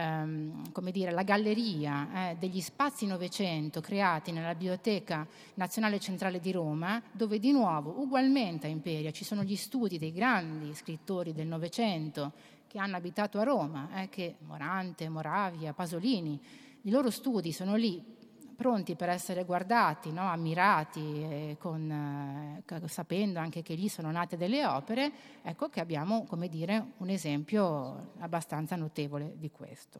la galleria degli spazi Novecento creati nella Biblioteca Nazionale Centrale di Roma, dove di nuovo ugualmente a Imperia ci sono gli studi dei grandi scrittori del Novecento che hanno abitato a Roma, che Morante, Moravia, Pasolini, i loro studi sono lì pronti per essere guardati, no? Ammirati, sapendo anche che lì sono nate delle opere. Ecco che abbiamo, come dire, un esempio abbastanza notevole di questo.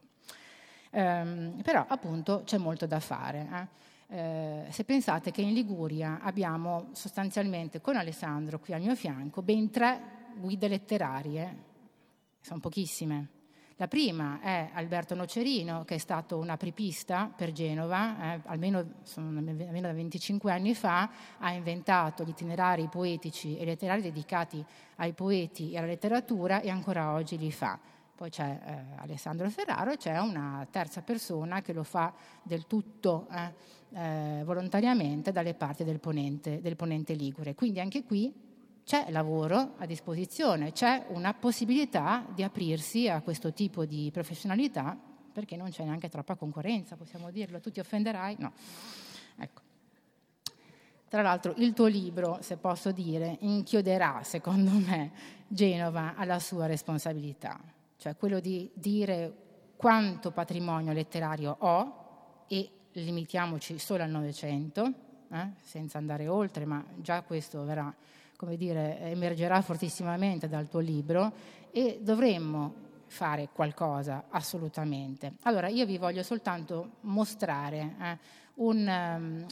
Però appunto c'è molto da fare. Se pensate che in Liguria abbiamo sostanzialmente, con Alessandro qui al mio fianco, ben 3 guide letterarie. Sono pochissime. La prima è Alberto Nocerino, che è stato un apripista per Genova, almeno da 25 anni fa, ha inventato gli itinerari poetici e letterari dedicati ai poeti e alla letteratura e ancora oggi li fa. Poi c'è Alessandro Ferraro e c'è una terza persona che lo fa del tutto volontariamente dalle parti del ponente ligure. Quindi anche qui c'è lavoro a disposizione, c'è una possibilità di aprirsi a questo tipo di professionalità, perché non c'è neanche troppa concorrenza, possiamo dirlo. Tu ti offenderai? No. Ecco. Tra l'altro il tuo libro, se posso dire, inchioderà, secondo me, Genova alla sua responsabilità, cioè quello di dire quanto patrimonio letterario ho, e limitiamoci solo al Novecento, senza andare oltre, ma già questo verrà, come dire, emergerà fortissimamente dal tuo libro, e dovremmo fare qualcosa assolutamente. Allora io vi voglio soltanto mostrare un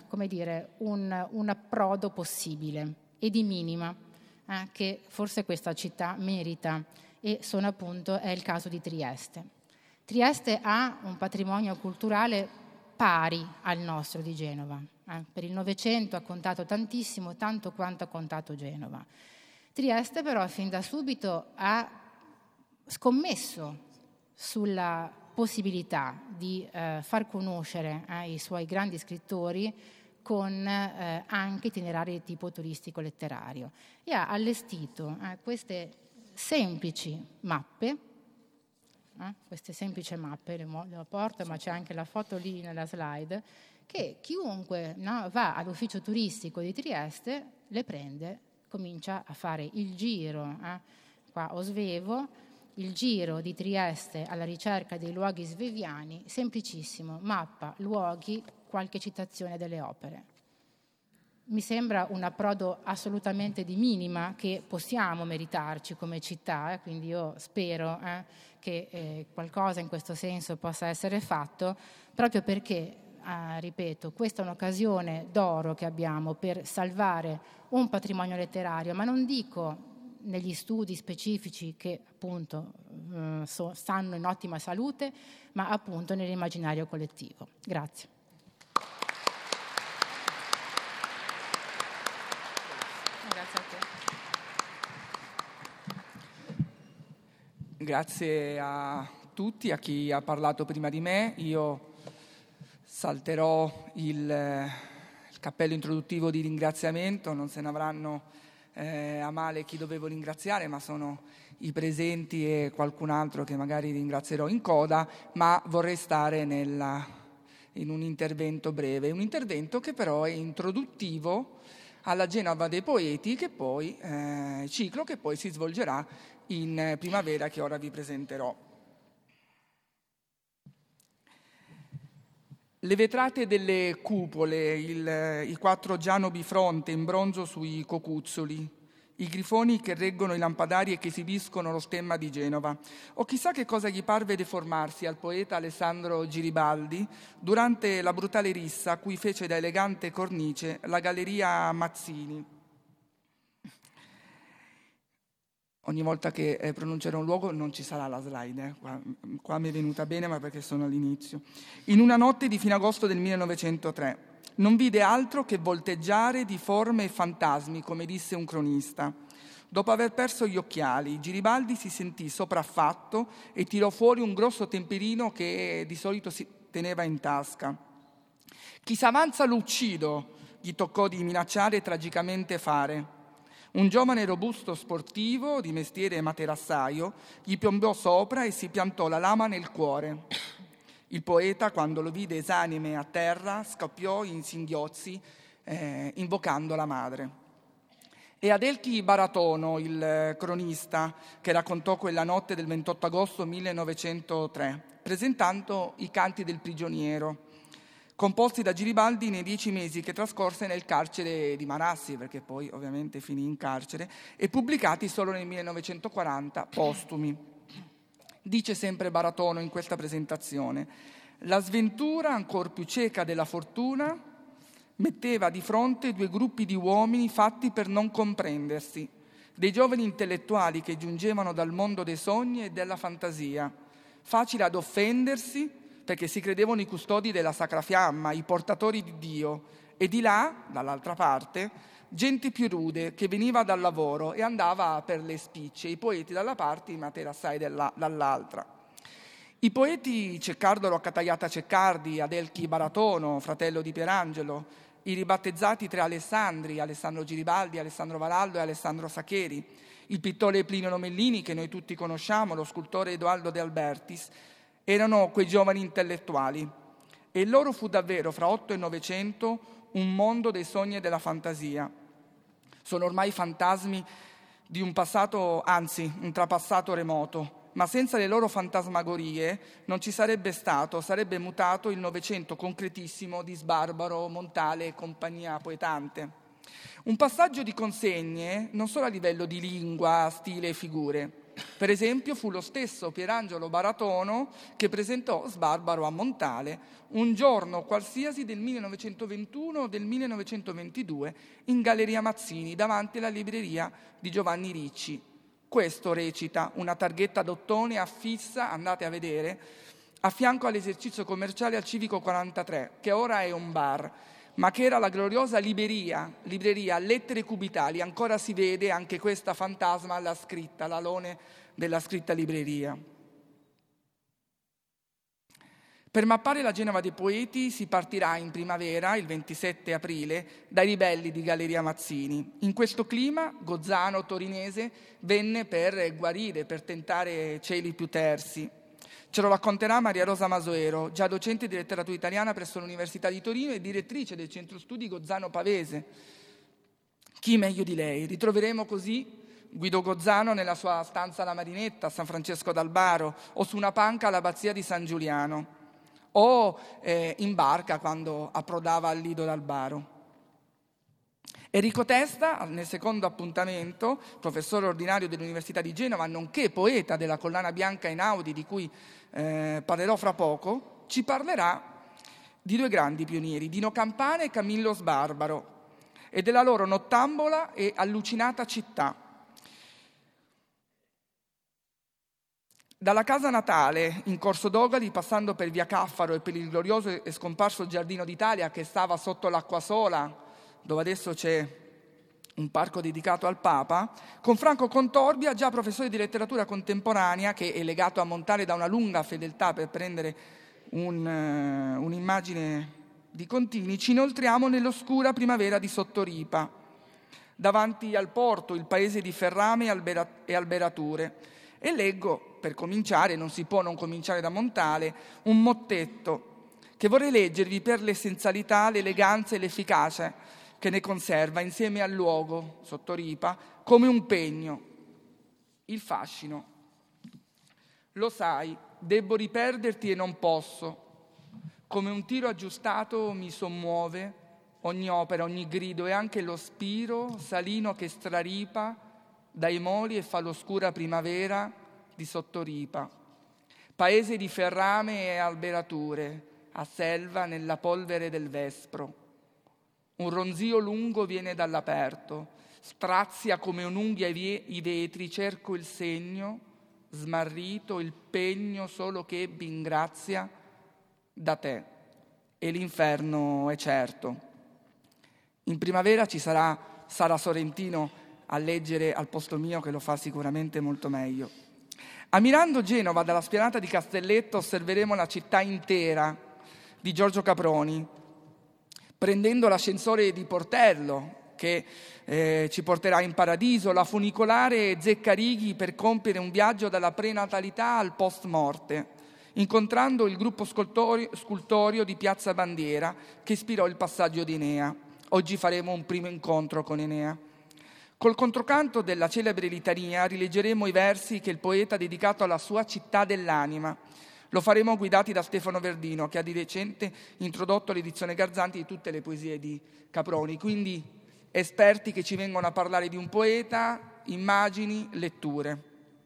approdo possibile e di minima che forse questa città merita, e è il caso di Trieste. Trieste ha un patrimonio culturale pari al nostro di Genova. Per il Novecento ha contato tantissimo, tanto quanto ha contato Genova. Trieste però fin da subito ha scommesso sulla possibilità di far conoscere i suoi grandi scrittori con anche itinerari di tipo turistico-letterario, e ha allestito queste semplici mappe. Queste semplici mappe le porto, ma c'è anche la foto lì nella slide, che chiunque va all'ufficio turistico di Trieste le prende, comincia a fare il giro, qua Osvevo, il giro di Trieste alla ricerca dei luoghi sveviani, semplicissimo, mappa, luoghi, qualche citazione delle opere. Mi sembra un approdo assolutamente di minima che possiamo meritarci come città, quindi io spero che qualcosa in questo senso possa essere fatto, proprio perché, ripeto, questa è un'occasione d'oro che abbiamo per salvare un patrimonio letterario, ma non dico negli studi specifici che appunto stanno in ottima salute, ma appunto nell'immaginario collettivo. Grazie. Grazie a tutti, a chi ha parlato prima di me. Io salterò il cappello introduttivo di ringraziamento, non se ne avranno a male chi dovevo ringraziare, ma sono i presenti e qualcun altro che magari ringrazierò in coda, ma vorrei stare in un intervento breve, un intervento che però è introduttivo alla Genova dei Poeti, che poi ciclo che poi si svolgerà in primavera, che ora vi presenterò. Le vetrate delle cupole, i 4 giano bifronte in bronzo sui cocuzzoli, i grifoni che reggono i lampadari e che esibiscono lo stemma di Genova. O chissà che cosa gli parve deformarsi al poeta Alessandro Giribaldi durante la brutale rissa a cui fece da elegante cornice la Galleria Mazzini. Ogni volta che pronuncerò un luogo non ci sarà la slide, qua mi è venuta bene ma perché sono all'inizio. In una notte di fine agosto del 1903 non vide altro che volteggiare di forme e fantasmi, come disse un cronista. Dopo aver perso gli occhiali, Giribaldi si sentì sopraffatto e tirò fuori un grosso temperino che di solito si teneva in tasca. «Chi s'avanza lo uccido», gli toccò di minacciare e tragicamente fare. Un giovane robusto sportivo, di mestiere materassaio, gli piombò sopra e si piantò la lama nel cuore. Il poeta, quando lo vide esanime a terra, scoppiò in singhiozzi, invocando la madre. E Adelchi Baratono, il cronista, che raccontò quella notte del 28 agosto 1903, presentando i canti del prigioniero, composti da Giribaldi nei 10 mesi che trascorse nel carcere di Marassi, perché poi ovviamente finì in carcere, e pubblicati solo nel 1940, postumi. Dice sempre Baratono in questa presentazione: la sventura, ancor più cieca della fortuna, metteva di fronte due gruppi di uomini fatti per non comprendersi, dei giovani intellettuali che giungevano dal mondo dei sogni e della fantasia, facili ad offendersi perché si credevano i custodi della Sacra Fiamma, i portatori di Dio, e di là, dall'altra parte, gente più rude che veniva dal lavoro e andava per le spicce, i poeti dalla parte, i materassai dall'altra. I poeti Ceccardo Roccatagliata Ceccardi, Adelchi Baratono, fratello di Pierangelo, i ribattezzati tre Alessandri, Alessandro Giribaldi, Alessandro Varaldo e Alessandro Sacheri, il pittore Plinio Lomellini, che noi tutti conosciamo, lo scultore Edoardo De Albertis, erano quei giovani intellettuali, e il loro fu davvero, fra 8 e 900, un mondo dei sogni e della fantasia. Sono ormai fantasmi di un passato, anzi, un trapassato remoto, ma senza le loro fantasmagorie non ci sarebbe sarebbe mutato il Novecento concretissimo di Sbarbaro, Montale e compagnia poetante. Un passaggio di consegne non solo a livello di lingua, stile e figure. Per esempio fu lo stesso Pierangelo Baratono che presentò Sbarbaro a Montale un giorno qualsiasi del 1921 o del 1922 in Galleria Mazzini davanti alla libreria di Giovanni Ricci. Questo recita una targhetta d'ottone affissa, andate a vedere, a fianco all'esercizio commerciale al Civico 43, che ora è un bar, ma che era la gloriosa libreria Lettere Cubitali. Ancora si vede anche questa fantasma alla scritta, l'alone della scritta libreria. Per mappare la Genova dei poeti si partirà in primavera, il 27 aprile, dai ribelli di Galleria Mazzini. In questo clima Gozzano, torinese, venne per guarire, per tentare cieli più tersi. Ce lo racconterà Maria Rosa Masoero, già docente di letteratura italiana presso l'Università di Torino e direttrice del centro studi Gozzano Pavese. Chi meglio di lei? Ritroveremo così Guido Gozzano nella sua stanza alla Marinetta a San Francesco d'Albaro, o su una panca all'abbazia di San Giuliano, o in barca quando approdava al Lido d'Albaro. Enrico Testa, nel secondo appuntamento, professore ordinario dell'Università di Genova, nonché poeta della Collana Bianca Einaudi, di cui parlerò fra poco, ci parlerà di due grandi pionieri, Dino Campana e Camillo Sbarbaro, e della loro nottambola e allucinata città. Dalla casa natale, in Corso Dogali, passando per via Caffaro e per il glorioso e scomparso Giardino d'Italia che stava sotto l'Acquasola, dove adesso c'è un parco dedicato al Papa, con Franco Contorbia, già professore di letteratura contemporanea, che è legato a Montale da una lunga fedeltà per prendere un'immagine di Contini, ci inoltriamo nell'oscura primavera di Sottoripa, davanti al porto, il paese di Ferrame e alberature, e leggo, per cominciare, non si può non cominciare da Montale, un mottetto che vorrei leggervi per l'essenzialità, l'eleganza e l'efficacia che ne conserva insieme al luogo, Sottoripa, come un pegno, il fascino. Lo sai, debbo riperderti e non posso. Come un tiro aggiustato mi sommuove ogni opera, ogni grido, e anche lo spiro salino che straripa dai moli e fa l'oscura primavera di Sottoripa, paese di ferrame e alberature, a selva nella polvere del vespro. Un ronzio lungo viene dall'aperto, strazia come un'unghia i vetri, cerco il segno, smarrito, il pegno solo che ebbi in grazia da te, e l'inferno è certo. In primavera ci sarà Sara Sorrentino a leggere al posto mio, che lo fa sicuramente molto meglio. Ammirando Genova dalla spianata di Castelletto osserveremo la città intera di Giorgio Caproni, prendendo l'ascensore di Portello che ci porterà in paradiso, la funicolare Zeccarighi per compiere un viaggio dalla prenatalità al post-morte, incontrando il gruppo scultorio di Piazza Bandiera che ispirò il passaggio di Enea. Oggi faremo un primo incontro con Enea. Col controcanto della celebre litania rileggeremo i versi che il poeta ha dedicato alla sua città dell'anima. Lo faremo guidati da Stefano Verdino, che ha di recente introdotto l'edizione Garzanti di tutte le poesie di Caproni. Quindi esperti che ci vengono a parlare di un poeta, immagini, letture.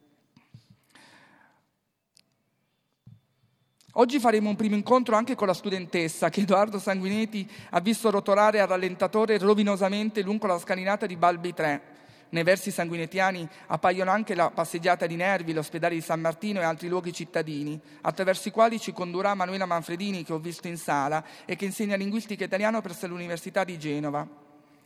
Oggi faremo un primo incontro anche con la studentessa che Edoardo Sanguinetti ha visto rotolare a rallentatore rovinosamente lungo la scalinata di Balbi 3. Nei versi sanguinettiani appaiono anche la passeggiata di Nervi, l'ospedale di San Martino e altri luoghi cittadini, attraverso i quali ci condurrà Manuela Manfredini, che ho visto in sala e che insegna linguistica italiana presso l'Università di Genova.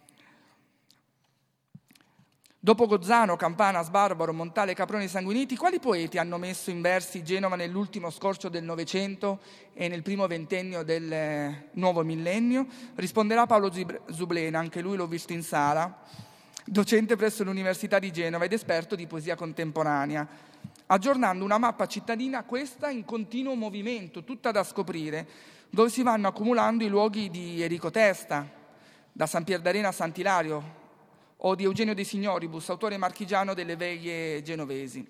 Dopo Gozzano, Campana, Sbarbaro, Montale, Caproni e Sanguinetti, quali poeti hanno messo in versi Genova nell'ultimo scorcio del Novecento e nel primo ventennio del nuovo millennio? Risponderà Paolo Zublena, anche lui l'ho visto in sala, docente presso l'Università di Genova ed esperto di poesia contemporanea, aggiornando una mappa cittadina, questa in continuo movimento, tutta da scoprire, dove si vanno accumulando i luoghi di Enrico Testa, da San Pier d'Arena a Sant'Ilario, o di Eugenio De Signoribus, autore marchigiano delle veglie genovesi.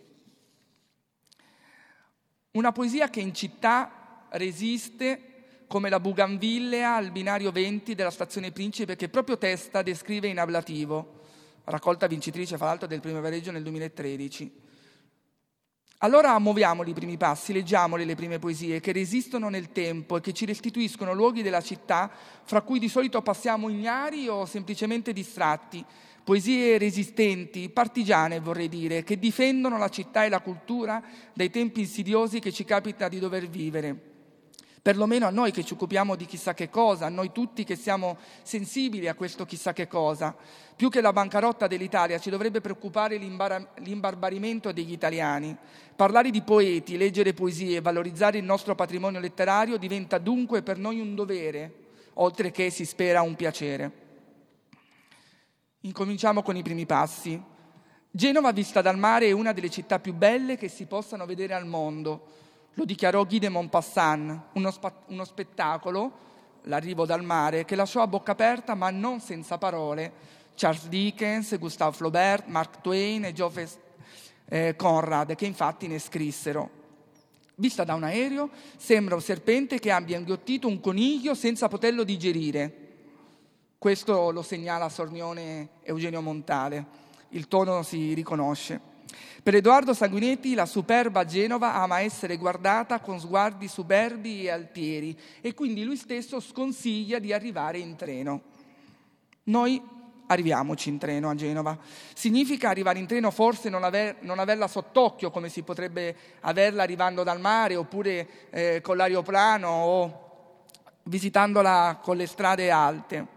Una poesia che in città resiste come la buganvillea al binario 20 della stazione Principe, che proprio Testa descrive in ablativo, raccolta vincitrice fra l'altro del Premio Viareggio nel 2013. Allora muoviamoli i primi passi, leggiamole le prime poesie che resistono nel tempo e che ci restituiscono luoghi della città fra cui di solito passiamo ignari o semplicemente distratti, poesie resistenti, partigiane vorrei dire, che difendono la città e la cultura dai tempi insidiosi che ci capita di dover vivere. Perlomeno a noi che ci occupiamo di chissà che cosa, a noi tutti che siamo sensibili a questo chissà che cosa. Più che la bancarotta dell'Italia ci dovrebbe preoccupare l'imbarbarimento degli italiani. Parlare di poeti, leggere poesie e valorizzare il nostro patrimonio letterario diventa dunque per noi un dovere, oltre che, si spera, un piacere. Incominciamo con i primi passi. Genova vista dal mare è una delle città più belle che si possano vedere al mondo. Lo dichiarò Guy de Maupassant, uno spettacolo, l'arrivo dal mare, che lasciò a bocca aperta ma non senza parole Charles Dickens, Gustave Flaubert, Mark Twain e Joseph Conrad, che infatti ne scrissero. Vista da un aereo sembra un serpente che abbia inghiottito un coniglio senza poterlo digerire. Questo lo segnala Sornione Eugenio Montale, il tono si riconosce. Per Edoardo Sanguinetti la superba Genova ama essere guardata con sguardi superbi e altieri e quindi lui stesso sconsiglia di arrivare in treno. Noi arriviamoci in treno a Genova. Significa arrivare in treno forse non averla sott'occhio come si potrebbe averla arrivando dal mare oppure con l'aeroplano o visitandola con le strade alte.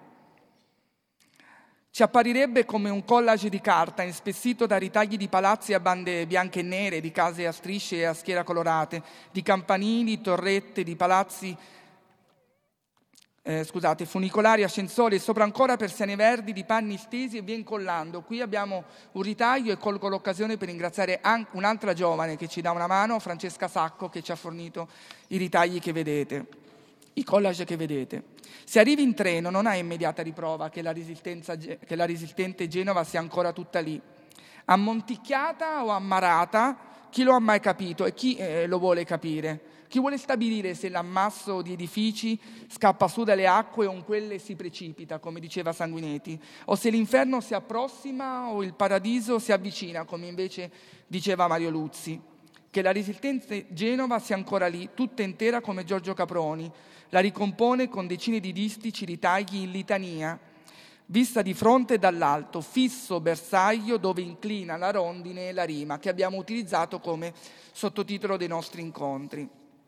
Ci apparirebbe come un collage di carta inspessito da ritagli di palazzi a bande bianche e nere, di case a strisce e a schiera colorate, di campanili, torrette, di palazzi, funicolari, ascensori e sopra ancora persiane verdi di panni stesi e via incollando. Qui abbiamo un ritaglio e colgo l'occasione per ringraziare anche un'altra giovane che ci dà una mano, Francesca Sacco, che ci ha fornito i ritagli che vedete, i collage che vedete. Se arrivi in treno non hai immediata riprova che la resistente Genova sia ancora tutta lì. Ammonticchiata o ammarata, chi lo ha mai capito e chi lo vuole capire? Chi vuole stabilire se l'ammasso di edifici scappa su dalle acque o in quelle si precipita, come diceva Sanguinetti, o se l'inferno si approssima o il paradiso si avvicina, come invece diceva Mario Luzzi. Che la Resistenza Genova sia ancora lì, tutta intera come Giorgio Caproni, la ricompone con decine di distici ritagli in litania, vista di fronte e dall'alto, fisso bersaglio dove inclina la rondine e la rima, che abbiamo utilizzato come sottotitolo dei nostri incontri.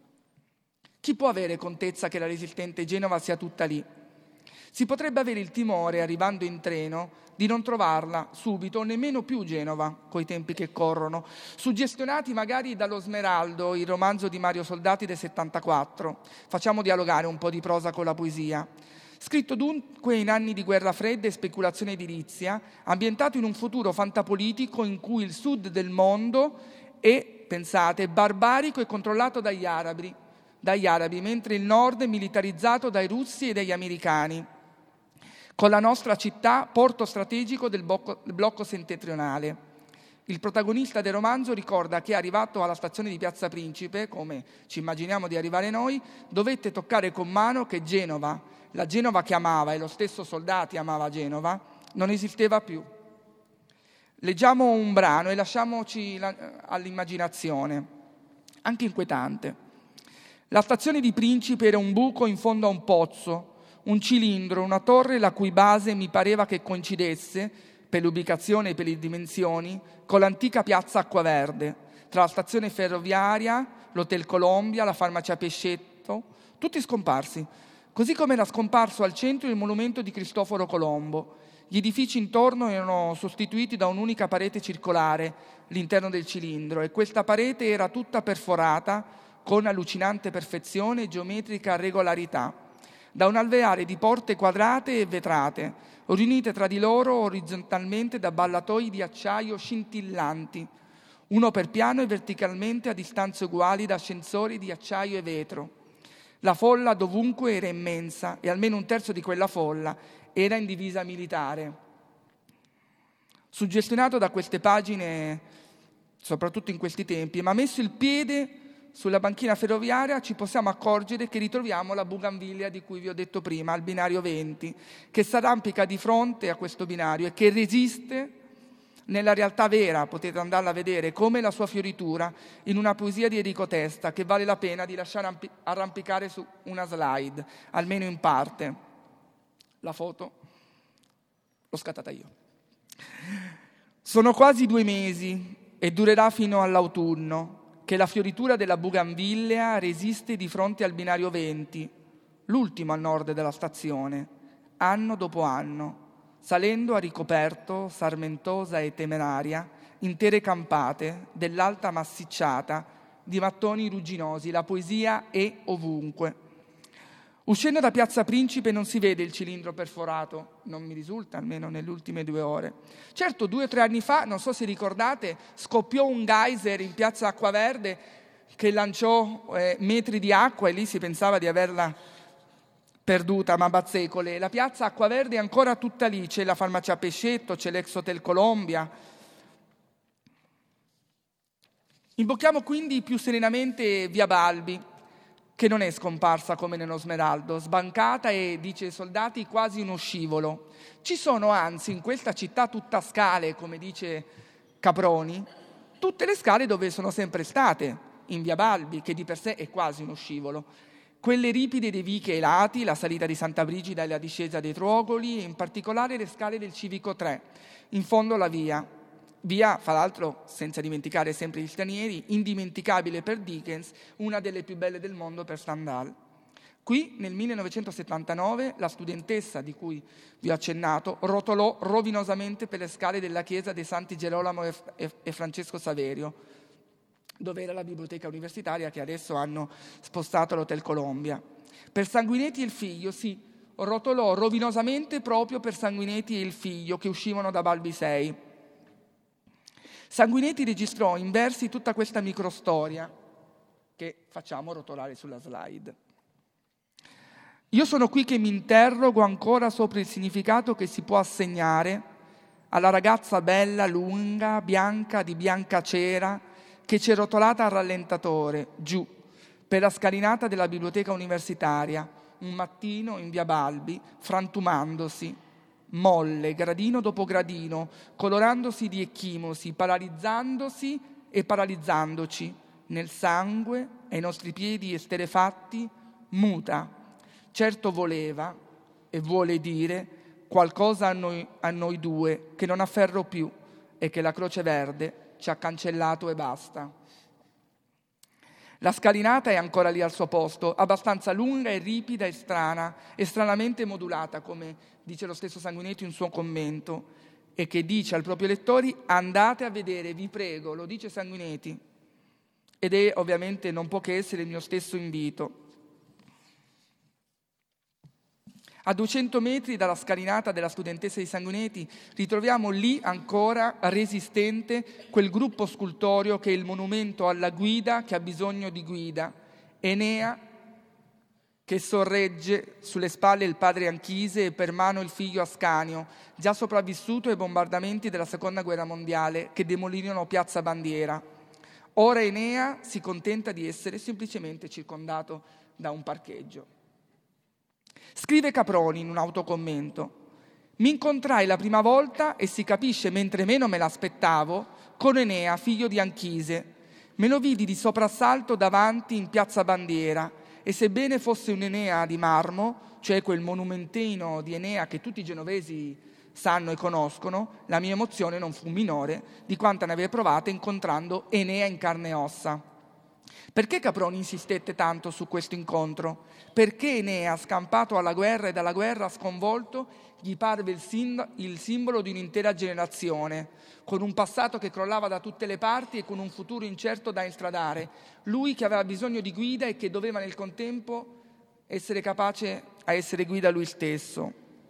Chi può avere contezza che la resistente Genova sia tutta lì? Si potrebbe avere il timore, arrivando in treno, di non trovarla subito, nemmeno più Genova, coi tempi che corrono, suggestionati magari dallo Smeraldo, il romanzo di Mario Soldati del 74. Facciamo dialogare un po' di prosa con la poesia. Scritto dunque in anni di guerra fredda e speculazione edilizia, ambientato in un futuro fantapolitico in cui il sud del mondo è, pensate, barbarico e controllato dagli arabi, mentre il nord è militarizzato dai russi e dagli americani, con la nostra città porto strategico del blocco settentrionale. Il protagonista del romanzo ricorda che arrivato alla stazione di Piazza Principe, come ci immaginiamo di arrivare noi, dovette toccare con mano che Genova, la Genova che amava, e lo stesso Soldati amava Genova, non esisteva più. Leggiamo un brano e lasciamoci all'immaginazione, anche inquietante. La stazione di Principe era un buco in fondo a un pozzo, un cilindro, una torre la cui base mi pareva che coincidesse, per l'ubicazione e per le dimensioni, con l'antica piazza Acquaverde, tra la stazione ferroviaria, l'Hotel Colombia, la farmacia Pescetto, tutti scomparsi, così come era scomparso al centro il monumento di Cristoforo Colombo. Gli edifici intorno erano sostituiti da un'unica parete circolare, l'interno del cilindro, e questa parete era tutta perforata con allucinante perfezione e geometrica regolarità, da un alveare di porte quadrate e vetrate, riunite tra di loro orizzontalmente da ballatoi di acciaio scintillanti, uno per piano e verticalmente a distanze uguali da ascensori di acciaio e vetro. La folla dovunque era immensa e almeno un terzo di quella folla era in divisa militare. Suggestionato da queste pagine, soprattutto in questi tempi, ma messo il piede sulla banchina ferroviaria, ci possiamo accorgere che ritroviamo la Bougainvillea di cui vi ho detto prima, al binario 20, che s'arrampica di fronte a questo binario e che resiste nella realtà vera, potete andarla a vedere, come la sua fioritura in una poesia di Enrico Testa, che vale la pena di lasciare arrampicare su una slide, almeno in parte. La foto l'ho scattata io. Sono quasi 2 mesi e durerà fino all'autunno che la fioritura della Bougainvillea resiste di fronte al binario 20, l'ultimo a nord della stazione, anno dopo anno, salendo a ricoperto, sarmentosa e temeraria, intere campate dell'alta massicciata di mattoni rugginosi. La poesia è ovunque. Uscendo da Piazza Principe non si vede il cilindro perforato, non mi risulta, almeno nelle ultime 2 ore. Certo, 2 o 3 anni fa, non so se ricordate, scoppiò un geyser in Piazza Acquaverde che lanciò metri di acqua e lì si pensava di averla perduta, ma bazzecole. La Piazza Acquaverde è ancora tutta lì, c'è la farmacia Pescetto, c'è l'ex Hotel Colombia. Imbocchiamo quindi più serenamente via Balbi, che non è scomparsa come nello Smeraldo, sbancata e, dice ai soldati, quasi uno scivolo. Ci sono anzi in questa città tutta scale, come dice Caproni, tutte le scale dove sono sempre state, in via Balbi, che di per sé è quasi uno scivolo. Quelle ripide dei vichi ai lati, la salita di Santa Brigida e la discesa dei Truogoli, e in particolare le scale del Civico 3, in fondo alla via. Via, fra l'altro, senza dimenticare sempre gli stranieri, indimenticabile per Dickens, una delle più belle del mondo per Stendhal. Qui, nel 1979, la studentessa di cui vi ho accennato rotolò rovinosamente per le scale della chiesa dei Santi Gerolamo e Francesco Saverio, dove era la biblioteca universitaria che adesso hanno spostato all'Hotel Colombia. Per Sanguinetti e il figlio, sì, rotolò rovinosamente proprio per Sanguinetti e il figlio che uscivano da Balbi 6. Sanguinetti registrò in versi tutta questa microstoria che facciamo rotolare sulla slide. Io sono qui che mi interrogo ancora sopra il significato che si può assegnare alla ragazza bella, lunga, bianca, di bianca cera, che ci è rotolata al rallentatore, giù, per la scalinata della biblioteca universitaria, un mattino in via Balbi, frantumandosi, molle, gradino dopo gradino, colorandosi di ecchimosi, paralizzandosi e paralizzandoci, nel sangue, ai nostri piedi esterefatti, muta. Certo voleva e vuole dire qualcosa a noi due che non afferro più e che la Croce Verde ci ha cancellato e basta. La scalinata è ancora lì al suo posto, abbastanza lunga e ripida e strana, e stranamente modulata, come dice lo stesso Sanguinetti in un suo commento, e che dice ai propri lettori: andate a vedere, vi prego, lo dice Sanguinetti. Ed è ovviamente non può che essere il mio stesso invito. A 200 metri dalla scalinata della studentessa di Sanguinetti ritroviamo lì ancora resistente quel gruppo scultoreo che è il monumento alla guida che ha bisogno di guida. Enea che sorregge sulle spalle il padre Anchise e per mano il figlio Ascanio, già sopravvissuto ai bombardamenti della Seconda Guerra Mondiale che demolirono Piazza Bandiera. Ora Enea si contenta di essere semplicemente circondato da un parcheggio. Scrive Caproni in un autocommento: mi incontrai la prima volta, e si capisce mentre meno me l'aspettavo, con Enea, figlio di Anchise. Me lo vidi di soprassalto davanti in Piazza Bandiera, e sebbene fosse un Enea di marmo, cioè quel monumentino di Enea che tutti i genovesi sanno e conoscono, la mia emozione non fu minore di quanta ne avevo provata incontrando Enea in carne e ossa. Perché Caproni insistette tanto su questo incontro? Perché Enea, scampato alla guerra e dalla guerra sconvolto, gli parve il simbolo di un'intera generazione, con un passato che crollava da tutte le parti e con un futuro incerto da instradare. Lui che aveva bisogno di guida e che doveva nel contempo essere capace a essere guida lui stesso.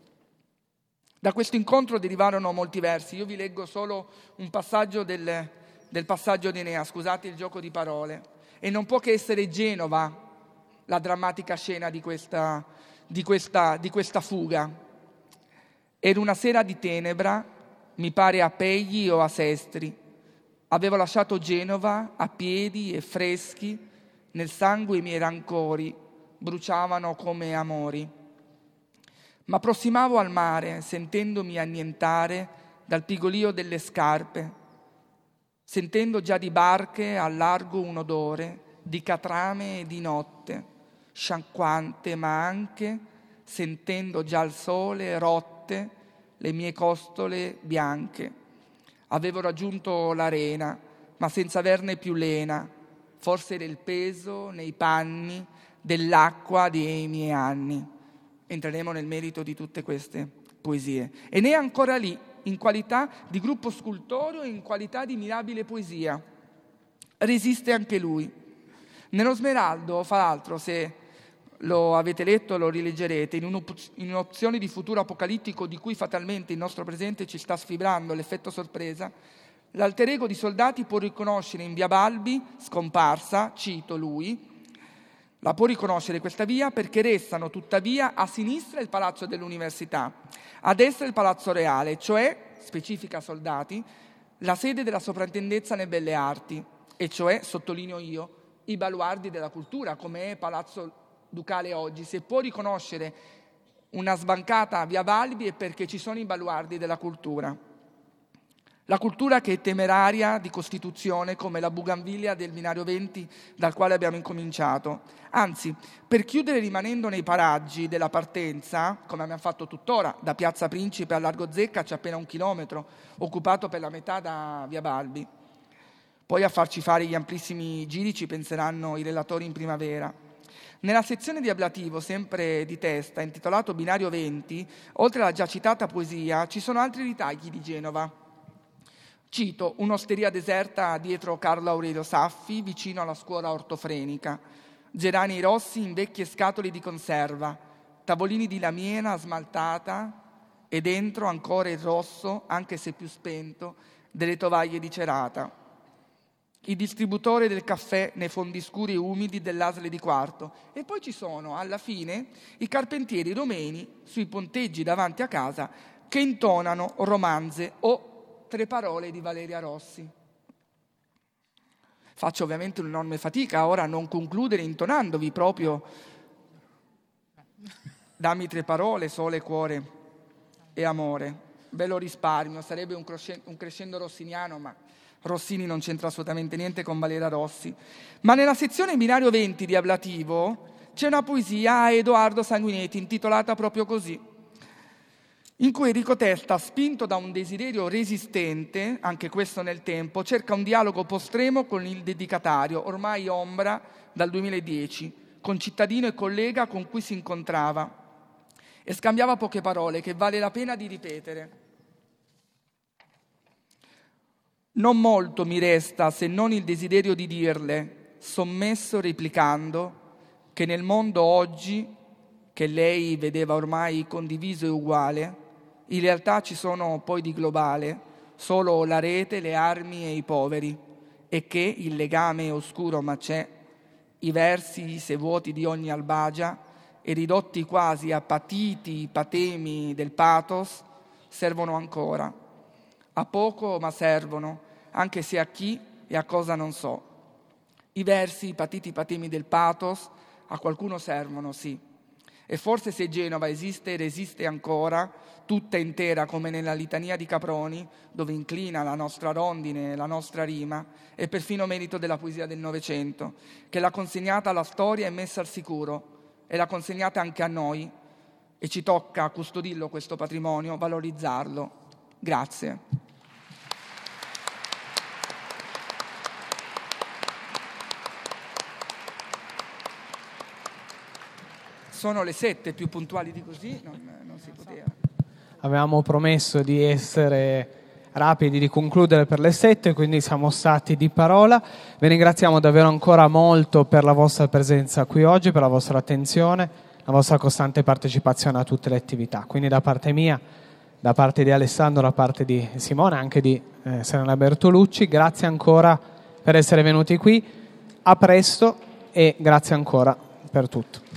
Da questo incontro derivarono molti versi. Io vi leggo solo un passaggio del passaggio di Enea, scusate il gioco di parole. E non può che essere Genova la drammatica scena di questa fuga. Era una sera di tenebra, mi pare a Pegli o a Sestri. Avevo lasciato Genova a piedi e freschi, nel sangue i miei rancori bruciavano come amori. M'approssimavo al mare, sentendomi annientare dal pigolio delle scarpe, sentendo già di barche al largo un odore di catrame e di notte, sciacquante, ma anche sentendo già il sole rotte le mie costole bianche. Avevo raggiunto l'arena, ma senza averne più lena, forse era il peso nei panni dell'acqua dei miei anni. Entreremo nel merito di tutte queste poesie. E ne è ancora lì, in qualità di gruppo scultoreo e in qualità di mirabile poesia. Resiste anche lui. Nello Smeraldo, fra l'altro, se lo avete letto lo rileggerete, in un'opzione di futuro apocalittico di cui fatalmente il nostro presente ci sta sfibrando l'effetto sorpresa, l'alter ego di Soldati può riconoscere in via Balbi, scomparsa, cito lui, la può riconoscere questa via perché restano tuttavia a sinistra il Palazzo dell'Università, a destra il Palazzo Reale, cioè, specifica Soldati, la sede della Soprintendenza nelle Belle Arti, e cioè, sottolineo io, i baluardi della cultura, come è Palazzo Ducale oggi. Se può riconoscere una sbancata via Balbi è perché ci sono i baluardi della cultura. La cultura che è temeraria di costituzione come la buganviglia del binario 20 dal quale abbiamo incominciato. Anzi, per chiudere rimanendo nei paraggi della partenza, come abbiamo fatto tuttora, da Piazza Principe a Largo Zecca c'è appena 1 chilometro, occupato per la metà da via Balbi. Poi a farci fare gli amplissimi giri ci penseranno i relatori in primavera. Nella sezione di ablativo, sempre di testa, intitolato Binario 20, oltre alla già citata poesia, ci sono altri ritagli di Genova. Cito un'osteria deserta dietro Carlo Aurelio Saffi, vicino alla scuola ortofrenica, gerani rossi in vecchie scatole di conserva, tavolini di lamiera smaltata e dentro ancora il rosso, anche se più spento, delle tovaglie di cerata. Il distributore del caffè nei fondi scuri e umidi dell'Asle di Quarto. E poi ci sono, alla fine, i carpentieri romeni sui ponteggi davanti a casa che intonano romanze o 3 parole di Valeria Rossi. Faccio ovviamente un'enorme fatica ora a non concludere intonandovi proprio dammi 3 parole, sole, cuore e amore. Ve lo risparmio, sarebbe un crescendo rossiniano, ma Rossini non c'entra assolutamente niente con Valera Rossi. Ma nella sezione binario 20 di Ablativo c'è una poesia a Edoardo Sanguinetti intitolata proprio così, in cui Enrico Testa, spinto da un desiderio resistente, anche questo nel tempo, cerca un dialogo postremo con il dedicatario, ormai ombra dal 2010, concittadino e collega con cui si incontrava e scambiava poche parole che vale la pena di ripetere. Non molto mi resta se non il desiderio di dirle, sommesso replicando, che nel mondo oggi, che lei vedeva ormai condiviso e uguale, in realtà ci sono poi di globale solo la rete, le armi e i poveri, e che il legame è oscuro ma c'è, i versi se vuoti di ogni albagia e ridotti quasi a patiti, patemi del pathos, servono ancora. A poco ma servono, anche se a chi e a cosa non so. I versi, i patiti, patemi del pathos, a qualcuno servono, sì. E forse se Genova esiste e resiste ancora, tutta intera come nella litania di Caproni, dove inclina la nostra rondine, la nostra rima, è perfino merito della poesia del Novecento, che l'ha consegnata alla storia e messa al sicuro, e l'ha consegnata anche a noi, e ci tocca custodirlo questo patrimonio, valorizzarlo. Grazie. Sono le 7, più puntuali di così non si poteva. Avevamo promesso di essere rapidi, di concludere per le 7, quindi siamo stati di parola. Vi ringraziamo davvero ancora molto per la vostra presenza qui oggi, per la vostra attenzione, la vostra costante partecipazione a tutte le attività. Quindi da parte mia, da parte di Alessandro, da parte di Simone, anche di Serena Bertolucci, grazie ancora per essere venuti qui. A presto e grazie ancora per tutto.